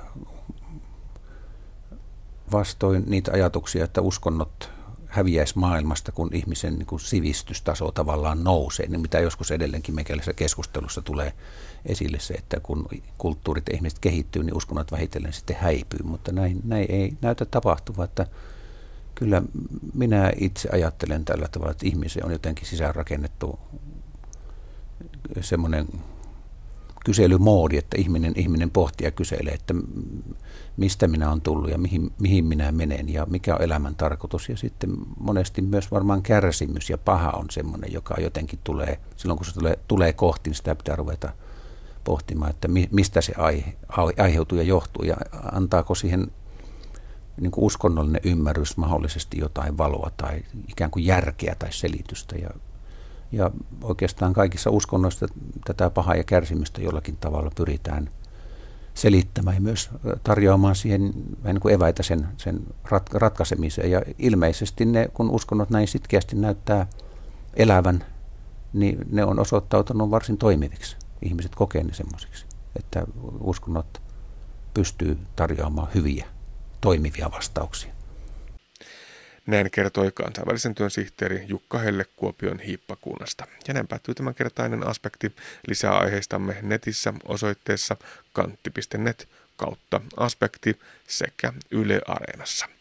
Speaker 9: vastoin niitä ajatuksia, että uskonnot häviäisi maailmasta, kun ihmisen niin kuin sivistystaso tavallaan nousee, niin mitä joskus edelleenkin meikäläisessä keskustelussa tulee esille se, että kun kulttuurit ja ihmiset kehittyy, niin uskonnot vähitellen sitten häipyy, mutta näin ei näytä tapahtuva, että kyllä minä itse ajattelen tällä tavalla, että ihmisen on jotenkin sisäänrakennettu semmoinen kyselymoodi, että ihminen pohtii ja kyselee, että mistä minä olen tullut ja mihin minä menen ja mikä on elämän tarkoitus. Ja sitten monesti myös varmaan kärsimys ja paha on semmoinen, joka jotenkin tulee, silloin kun se tulee kohti, niin sitä pitää ruveta pohtimaan, että mistä se aiheutuu ja johtuu ja antaako siihen niin kuin uskonnollinen ymmärrys mahdollisesti jotain valoa tai ikään kuin järkeä tai selitystä. Ja oikeastaan kaikissa uskonnoissa tätä pahaa ja kärsimystä jollakin tavalla selittämään ja myös tarjoamaan siihen vähän niin kuin eväitä sen ratkaisemiseen. Ja ilmeisesti ne, kun uskonnot näin sitkeästi näyttää elävän, niin ne on osoittautunut varsin toimiviksi. Ihmiset kokee ne semmoisiksi, että uskonnot pystyy tarjoamaan hyviä, toimivia vastauksia.
Speaker 2: Näin kertoi kansainvälisen työn sihteeri Jukka Helle Kuopion hiippakunnasta. Ja näin päättyy tämänkertainen aspekti. Lisää aiheistamme netissä osoitteessa kantti.net/aspekti sekä Yle Areenassa.